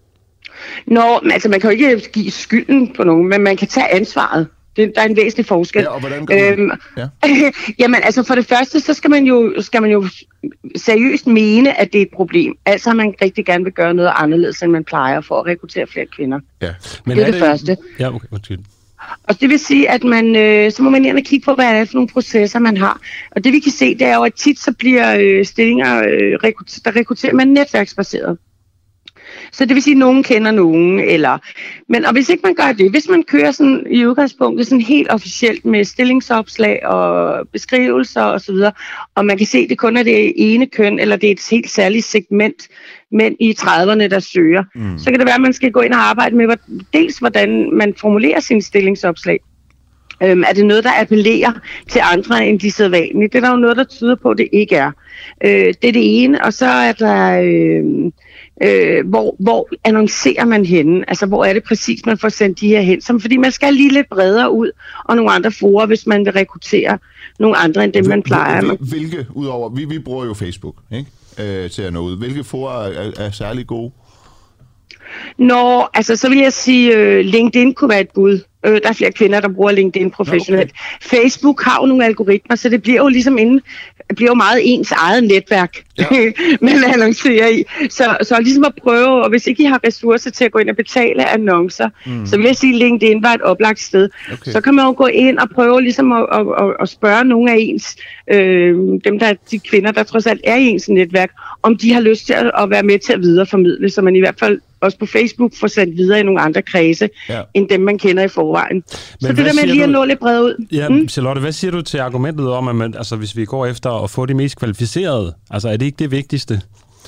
Nå, altså man kan jo ikke give skylden på nogen, men man kan tage ansvaret. Det, der er en væsentlig forskel. Ja, og hvordan gør man? Øhm, ja. Jamen, altså for det første, så skal man, jo, skal man jo seriøst mene, at det er et problem. Altså, at man rigtig gerne vil gøre noget anderledes, end man plejer, for at rekruttere flere kvinder. Ja. Men det er, er det, det første. Ja, okay, undskyld. Og det vil sige, at man, øh, så må man ind og kigge på, hvad er det for nogle processer, man har. Og det vi kan se, det er jo, at tit så bliver øh, stillinger, øh, rekrut- der rekrutterer man netværksbaseret. Så det vil sige, at nogen kender nogen, eller... Men og hvis ikke man gør det, hvis man kører sådan i udgangspunktet sådan helt officielt med stillingsopslag og beskrivelser og så videre, og man kan se, at det kun er det ene køn, eller det er et helt særligt segment mænd i trediverne, der søger, mm. så kan det være, at man skal gå ind og arbejde med, dels hvordan man formulerer sine stillingsopslag. Øhm, er det noget, der appellerer til andre end de sædvanlige? Det er der jo noget, der tyder på, at det ikke er. Øh, det er det ene, og så er der... Øh, Øh, hvor, hvor annoncerer man henne? Altså, hvor er det præcis, man får sendt de her hen? Som, fordi man skal lige lidt bredere ud, og nogle andre fora, hvis man vil rekruttere nogle andre, end dem, man plejer. Hvilke, udover, vi, vi bruger jo Facebook, ikke? Øh, til at nå ud. Hvilke fora er, er særlig gode? Nå, altså så vil jeg sige, øh, LinkedIn kunne være et bud. Øh, der er flere kvinder, der bruger LinkedIn professionelt. Okay. Facebook har jo nogle algoritmer, så det bliver jo ligesom inden, det bliver jo meget ens eget netværk, ja. man annoncerer i. Så, så ligesom at prøve, og hvis ikke I har ressourcer til at gå ind og betale annoncer, mm. så vil jeg sige, at LinkedIn var et oplagt sted. Okay. Så kan man jo gå ind og prøve ligesom at, at, at, at spørge nogle af ens, øh, dem der de kvinder, der trods alt er i ens netværk, om de har lyst til at, at være med til at videreformidle, så man i hvert fald også på Facebook får sendt videre i nogle andre kredse, ja. end dem, man kender i forvejen. Men så det der med lige at nå lidt bredt ud. Ja, mm? Charlotte, hvad siger du til argumentet om, at man, altså, hvis vi går efter at få de mest kvalificerede, altså er det ikke det vigtigste?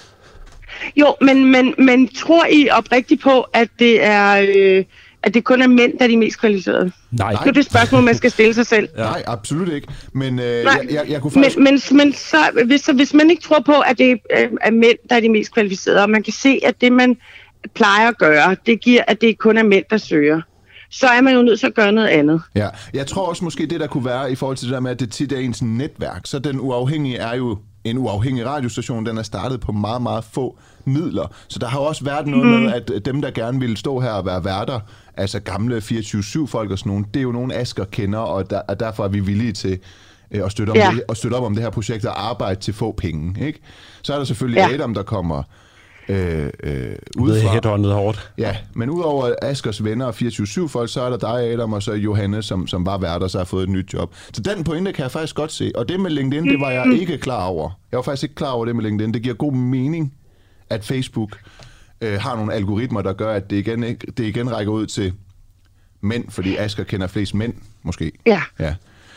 Jo, men, men, men tror I oprigtigt på, at det er... Øh, at det kun er mænd, der er de mest kvalificerede? Nej. Det er det spørgsmål, man skal stille sig selv. Ja. Nej, absolut ikke. Men, øh, jeg, jeg, jeg kunne faktisk... men, men, men så, hvis, så, hvis man ikke tror på, at det er mænd, der er de mest kvalificerede, og man kan se, at det, man plejer at gøre, det giver, at det kun er mænd, der søger, så er man jo nødt til at gøre noget andet. Ja, jeg tror også måske, det der kunne være i forhold til det der med, at det tit er ens netværk, så den uafhængige er jo en uafhængig radiostation, den er startet på meget, meget få midler. Så der har også været noget mm. med, at dem, der gerne ville stå her og være værter, altså gamle fireogtyve syv folk og sådan nogle, det er jo nogle Asger kender, og, der, og derfor er vi villige til øh, at, støtte om ja. det, at støtte op om det her projekt og arbejde til få penge. Ikke? Så er der selvfølgelig ja. Adam, der kommer øh, øh, udefra. Headhåndet hårdt. Ja, men udover Asgers venner og fireogtyve syv folk, så er der dig, Adam, og så Johanne, som, som var vært og så har fået et nyt job. Så den pointe kan jeg faktisk godt se. Og det med LinkedIn, det var jeg ikke klar over. Jeg var faktisk ikke klar over det med LinkedIn. Det giver god mening, at Facebook øh, har nogle algoritmer, der gør, at det igen, det igen rækker ud til mænd, fordi Asger kender flest mænd, måske. Ja. Ja.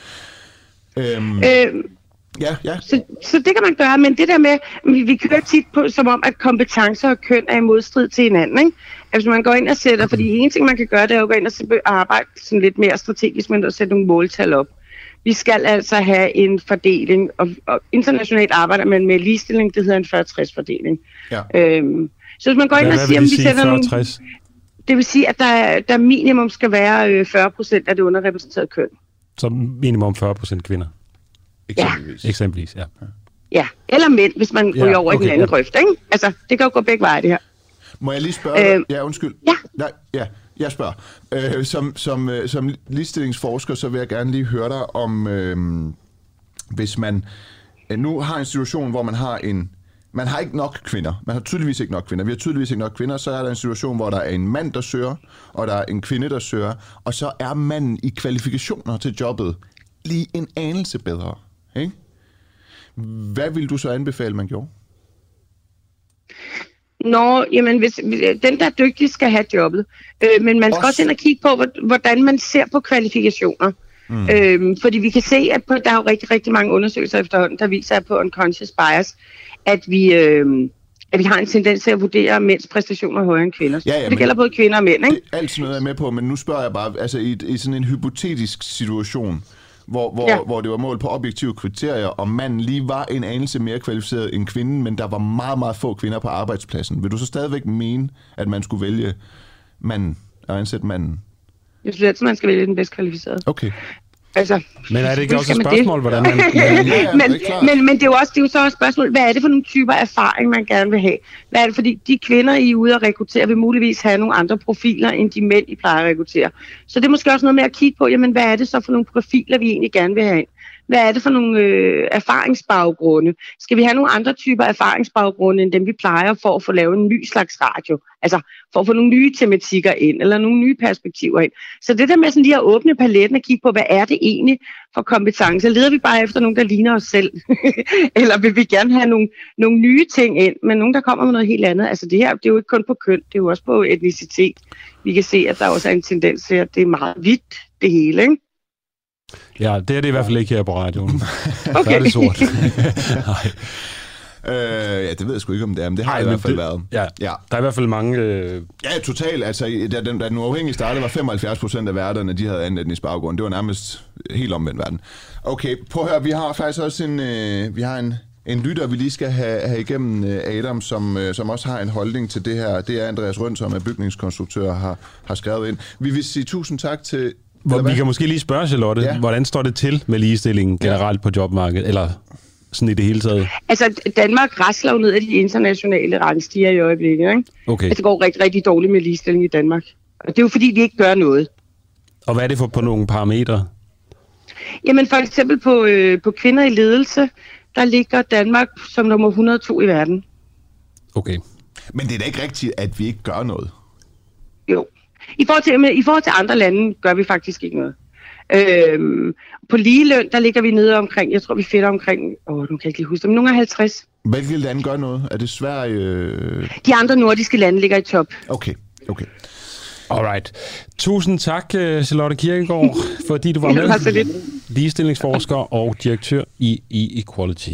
Øhm, øh, ja, ja. Så, så det kan man gøre, men det der med, vi, vi kører tit på, som om, at kompetencer og køn er i modstrid til hinanden, ikke? Altså man går ind og sætter, fordi en ting, man kan gøre, det er jo at gå ind og arbejde sådan lidt mere strategisk, men at sætte nogle måltal op. Vi skal altså have en fordeling, og, og internationalt arbejder man med ligestilling, det hedder en fyrre tres fordeling. Ja. Øhm, så hvis man går ind ja, og siger, om vi sætter nogle... fyrre Det vil sige, at der, der minimum skal være fyrre procent af det underrepræsenterede køn. Så minimum fyrre procent kvinder? Eksempelvis. Ja. Eksempelvis, ja. Ja, eller mænd, hvis man ja, ryger over okay, i den anden ja. grøft, ikke? Altså, det kan jo gå begge veje, det her. Må jeg lige spørge? Øh, ja, undskyld. Ja. Nej, ja. Jeg spørger. Øh, som, som, øh, som ligestillingsforsker, så vil jeg gerne lige høre dig om, øh, hvis man øh, nu har en situation, hvor man har en... Man har ikke nok kvinder. Man har tydeligvis ikke nok kvinder. Vi har tydeligvis ikke nok kvinder. Så er der en situation, hvor der er en mand, der søger, og der er en kvinde, der søger, og så er manden i kvalifikationer til jobbet lige en anelse bedre. Ikke? Hvad vil du så anbefale, man gjorde? Nå, jamen, hvis, den der er dygtig skal have jobbet. Øh, men man skal også, også ind og kigge på, hvordan man ser på kvalifikationer. Mm. Øh, fordi vi kan se, at på, der er jo rigtig, rigtig mange undersøgelser efterhånden, der viser på unconscious bias, at vi, øh, at vi har en tendens til at vurdere mænds præstationer højere end kvinders. Ja, ja, det gælder både kvinder og mænd, ikke? Det, alt sådan noget er jeg med på, men nu spørger jeg bare, altså i, i sådan en hypotetisk situation, hvor, hvor, ja. hvor det var mål på objektive kriterier, og manden lige var en anelse mere kvalificeret end kvinden, men der var meget, meget få kvinder på arbejdspladsen. Vil du så stadigvæk mene, at man skulle vælge manden og ansætte manden? Jeg synes altid, man skal vælge den bedst kvalificerede. Okay. Altså, men er det ikke også et spørgsmål, det? Hvordan man... ja, ja, ja, men, det men, men det er jo også, det er jo så også et spørgsmål, hvad er det for nogle typer erfaring, man gerne vil have? Hvad er det, fordi de kvinder, I er ude at rekruttere, vil muligvis have nogle andre profiler, end de mænd, I plejer at rekruttere. Så det er måske også noget med at kigge på, jamen hvad er det så for nogle profiler, vi egentlig gerne vil have ind? Hvad er det for nogle øh, erfaringsbaggrunde? Skal vi have nogle andre typer erfaringsbaggrunde, end dem vi plejer, for at få lavet en ny slags radio? Altså for at få nogle nye tematikker ind, eller nogle nye perspektiver ind. Så det der med sådan lige at åbne paletten og kigge på, hvad er det egentlig for kompetencer? Leder vi bare efter nogen, der ligner os selv? Eller vil vi gerne have nogle, nogle nye ting ind, men nogen, der kommer med noget helt andet? Altså det her, det er jo ikke kun på køn, det er jo også på etnicitet. Vi kan se, at der også er en tendens til, at det er meget vidt, det hele, ikke? Ja, det er det i hvert fald ikke her på radioen. Okay. Der er det sort. Øh, ja, det ved jeg sgu ikke, om det er, men det har Ej, i hvert fald det, været. Ja, ja, der er i hvert fald mange... Øh... Ja, totalt. Altså, da den, da den uafhængige startede, var femoghalvfjerds procent af værterne, de havde anden etnisk baggrund. Det var nærmest helt omvendt verden. Okay, prøv at høre, vi har faktisk også en, øh, vi har en, en lytter, vi lige skal have, have igennem, øh, Adam, som, øh, som også har en holdning til det her. Det er Andreas Røn, som er bygningskonstruktør, har, har skrevet ind. Vi vil sige tusind tak til... Hvor, vi kan måske lige spørge, Charlotte, ja. Hvordan står det til med ligestillingen generelt på jobmarkedet? Eller sådan i det hele taget? Altså, Danmark rasler jo ned af de internationale rangstiger i øjeblikket, ikke? Okay. Altså, det går rigtig, rigtig dårligt med ligestilling i Danmark. Og det er jo fordi, vi ikke gør noget. Og hvad er det for på nogle parametre? Jamen, for eksempel på, øh, på kvinder i ledelse, der ligger Danmark som nummer et hundrede og to i verden. Okay. Men det er da ikke rigtigt, at vi ikke gør noget. Jo. I forhold til, med, i forhold til andre lande gør vi faktisk ikke noget. Øhm, på ligeløn, der ligger vi nede omkring, jeg tror vi fætter omkring, åh, nu kan jeg ikke lige huske det, men nogle af halvtreds. Hvilke lande gør noget? Er det Sverige? Øh... De andre nordiske lande ligger i top. Okay, okay. Alright. Tusind tak, Charlotte Kirkegaard, fordi du var med. Ligestillingsforsker og direktør i E-Equality.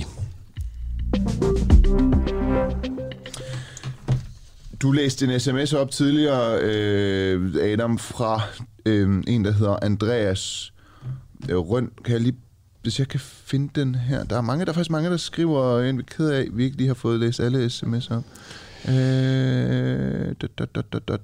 Du læste en sms op tidligere, øh, Adam, fra øh, en, der hedder Andreas øh, Røn. Kan jeg lige, hvis jeg kan finde den her. Der er mange, der er faktisk mange, der skriver, jeg er ked af, vi ikke lige har fået læst alle sms'er op. Øh, dot, dot, dot, dot.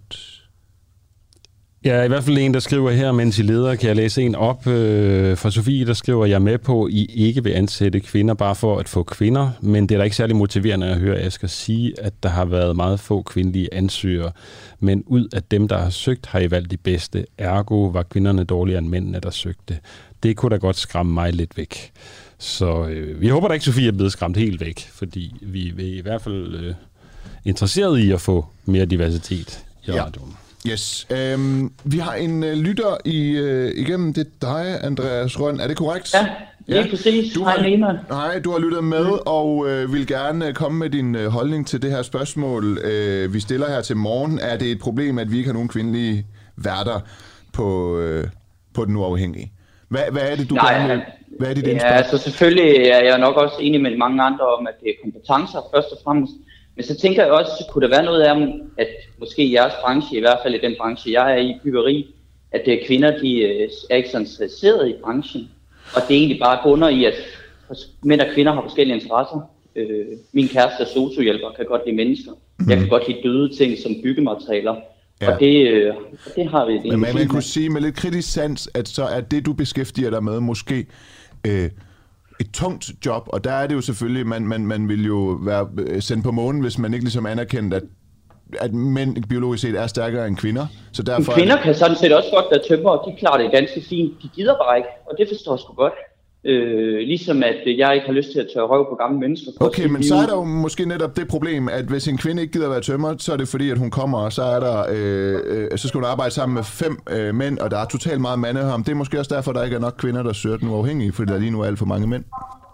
Ja, i hvert fald en, der skriver her, mens I leder, kan jeg læse en op øh, fra Sofie, der skriver, jeg er med på, at I ikke vil ansætte kvinder bare for at få kvinder, men det er da ikke særlig motiverende at høre Asger sige, at der har været meget få kvindelige ansøgere, men ud af dem, der har søgt, har I valgt de bedste. Ergo var kvinderne dårligere end mændene, der søgte. Det kunne da godt skræmme mig lidt væk. Så øh, vi håber da ikke, Sofie er blevet skræmt helt væk, fordi vi er i hvert fald øh, interesseret i at få mere diversitet i ja. radioen. Yes. Øhm, vi har en øh, lytter i, øh, igennem det dig, Andreas Røn. Er det korrekt? Ja, lige ja. præcis. Du Hej, Lena. Hej, du har lyttet med og øh, vil gerne komme med din øh, holdning til det her spørgsmål, øh, vi stiller her til morgen. Er det et problem, at vi ikke har nogen kvindelige værter på, øh, på Den Uafhængige? Hvad, hvad er det, du Nej, gerne vil? Hvad er det, din ja, altså selvfølgelig er jeg nok også enig med mange andre om, at det er kompetencer først og fremmest. Men så tænker jeg også, kunne der være noget af, at måske i jeres branche, i hvert fald i den branche, jeg er i, byggeri, at kvinder de er ikke så interesseret i branchen. Og det er egentlig bare bunder i, at mænd og kvinder har forskellige interesser. Min kæreste er sosu-hjælper, kan godt lide mennesker. Mm. Jeg kan godt lide døde ting som byggematerialer. Ja. Og det, det har vi... Men man, man kunne sige med lidt kritisk sans, at så er det, du beskæftiger dig med, måske... Øh, et tungt job, og der er det jo selvfølgelig, man, man, man vil jo være sendt på månen, hvis man ikke ligesom anerkendt, at, at mænd biologisk set er stærkere end kvinder. Så derfor kvinder det... kan sådan set også godt være tømmer, og de klarer det ganske fint. De gider bare ikke, og det forstår jeg sgu godt. Øh, ligesom at jeg ikke har lyst til at tørre røv på gamle mennesker. Okay, men så er der jo måske netop det problem, at hvis en kvinde ikke gider være tømmer, så er det fordi, at hun kommer, og så er der, øh, øh, så skal hun arbejde sammen med fem øh, mænd, og der er totalt meget mandeham. Det er måske også derfor, der ikke er nok kvinder, der søger Den Uafhængige, fordi der lige nu er alt for mange mænd.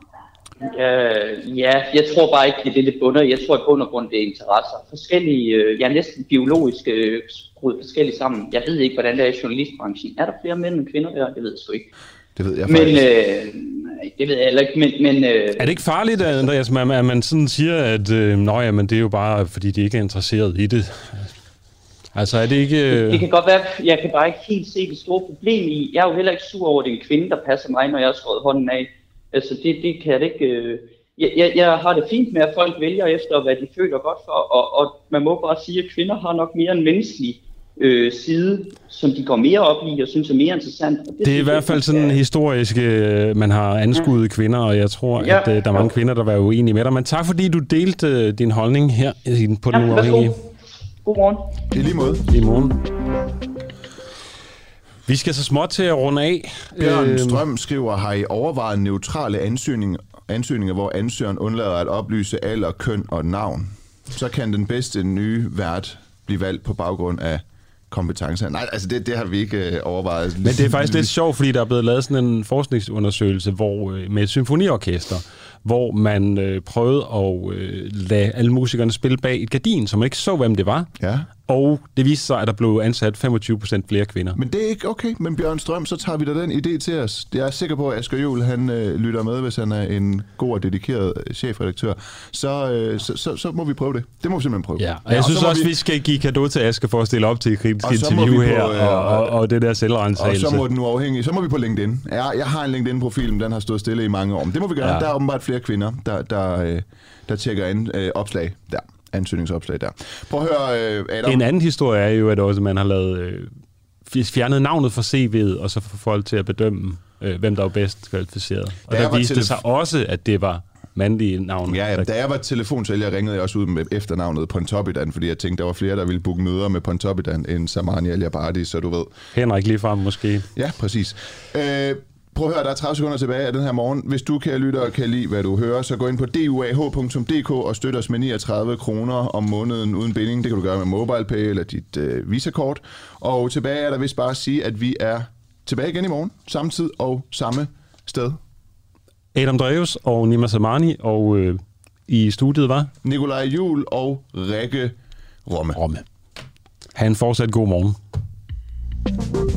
Uh, ja, jeg tror bare ikke, det er det, det bunder. Jeg tror, at bund og grund det er interesser. Forskellige, øh, ja, næsten biologiske øh, skruet forskellige sammen. Jeg ved ikke, hvordan det er i journalistbranchen. Er der flere mænd end kvinder der? Det ved jeg sgu ikke. Det ved jeg men, faktisk. Øh, det ved jeg heller ikke, men... men øh, er det ikke farligt, Andreas, at man sådan siger, at øh, nøj, jamen, det er jo bare, fordi de ikke er interesseret i det? Altså, er det ikke... Øh... Det, det kan godt være, jeg kan bare ikke helt se det store problem i. Jeg er jo heller ikke sur over, at det er en kvinde, der passer mig, når jeg har skåret hånden af. Altså, det, det kan jeg ikke... Øh... Jeg, jeg, jeg har det fint med, at folk vælger efter, hvad de føler godt for, og, og man må bare sige, at kvinder har nok mere en menneskelig øh, side, som de går mere op i og synes er mere interessant. Det, det er i hvert fald sådan en historisk, øh, man har anskuet ja. kvinder, og jeg tror, ja. at øh, der er mange kvinder, der var uenige med dig. Men tak, fordi du delte øh, din holdning her på Den Uafhængige. God morgen. I lige måde. I morgen. Vi skal så småt til at runde af. Bjørn Strøm skriver, har I overvejet neutrale ansøgninger, ansøgninger, hvor ansøgeren undlader at oplyse alder, køn og navn? Så kan den bedste nye vært blive valgt på baggrund af kompetencer. Nej, altså det, det har vi ikke øh, overvejet. Men det er faktisk lidt sjovt, fordi der er blevet lavet sådan en forskningsundersøgelse hvor, øh, med et symfoniorkester, hvor man øh, prøvede at øh, lade alle musikerne spille bag et gardin, så man ikke så, hvem det var. Ja. Og det viste sig, at der blev ansat femogtyve procent flere kvinder. Men det er ikke okay. Men Bjørn Strøm, så tager vi da den idé til os. Jeg er sikker på, at Asger Juhl, han øh, lytter med, hvis han er en god og dedikeret chefredaktør. Så, øh, så, så, så må vi prøve det. Det må vi simpelthen prøve. Ja, og jeg ja, synes og også, vi... vi skal give cadeau til Asger for at stille op til et kritisk interview på, her, øh, og, og, og det der selvrensagelse. Og så må den uafhængige. Så må vi på LinkedIn. Ja, jeg har en LinkedIn-profil, men den har stået stille i mange år. Men det må vi gøre. Ja. Der er åbenbart flere kvinder, der, der, øh, der tjekker ind øh, opslag der. Ansøgningsopslag der. Prøv at høre, øh, Adam. En anden historie er jo, at også man har lavet øh, fjernet navnet fra C V'et, og så får folk til at bedømme, øh, hvem der er bedst kvalificeret. Og der, der viste det sig også, at det var mandlige navn. Ja, ja, da jeg var telefonsælger, ringede jeg også ud med efternavnet Pontoppidan, fordi jeg tænkte, der var flere, der ville booke møder med Pontoppidan end Samani Al-Jabadi, så du ved. Henrik ligefrem måske. Ja, præcis. Øh, prøv at høre, der er tredive sekunder tilbage af den her morgen. Hvis du kan lytte og kan lide, hvad du hører, så gå ind på d u a h punktum d k og støt os med niogtredive kroner om måneden uden binding. Det kan du gøre med MobilePay eller dit øh, Visa-kort. Og tilbage er der vist bare at sige, at vi er tilbage igen i morgen, samme tid og samme sted. Adam Dreves og Nima Samani, og øh, i studiet var Nikolaj Juhl og Rikke Romme. Romme. Ha' en fortsat god morgen.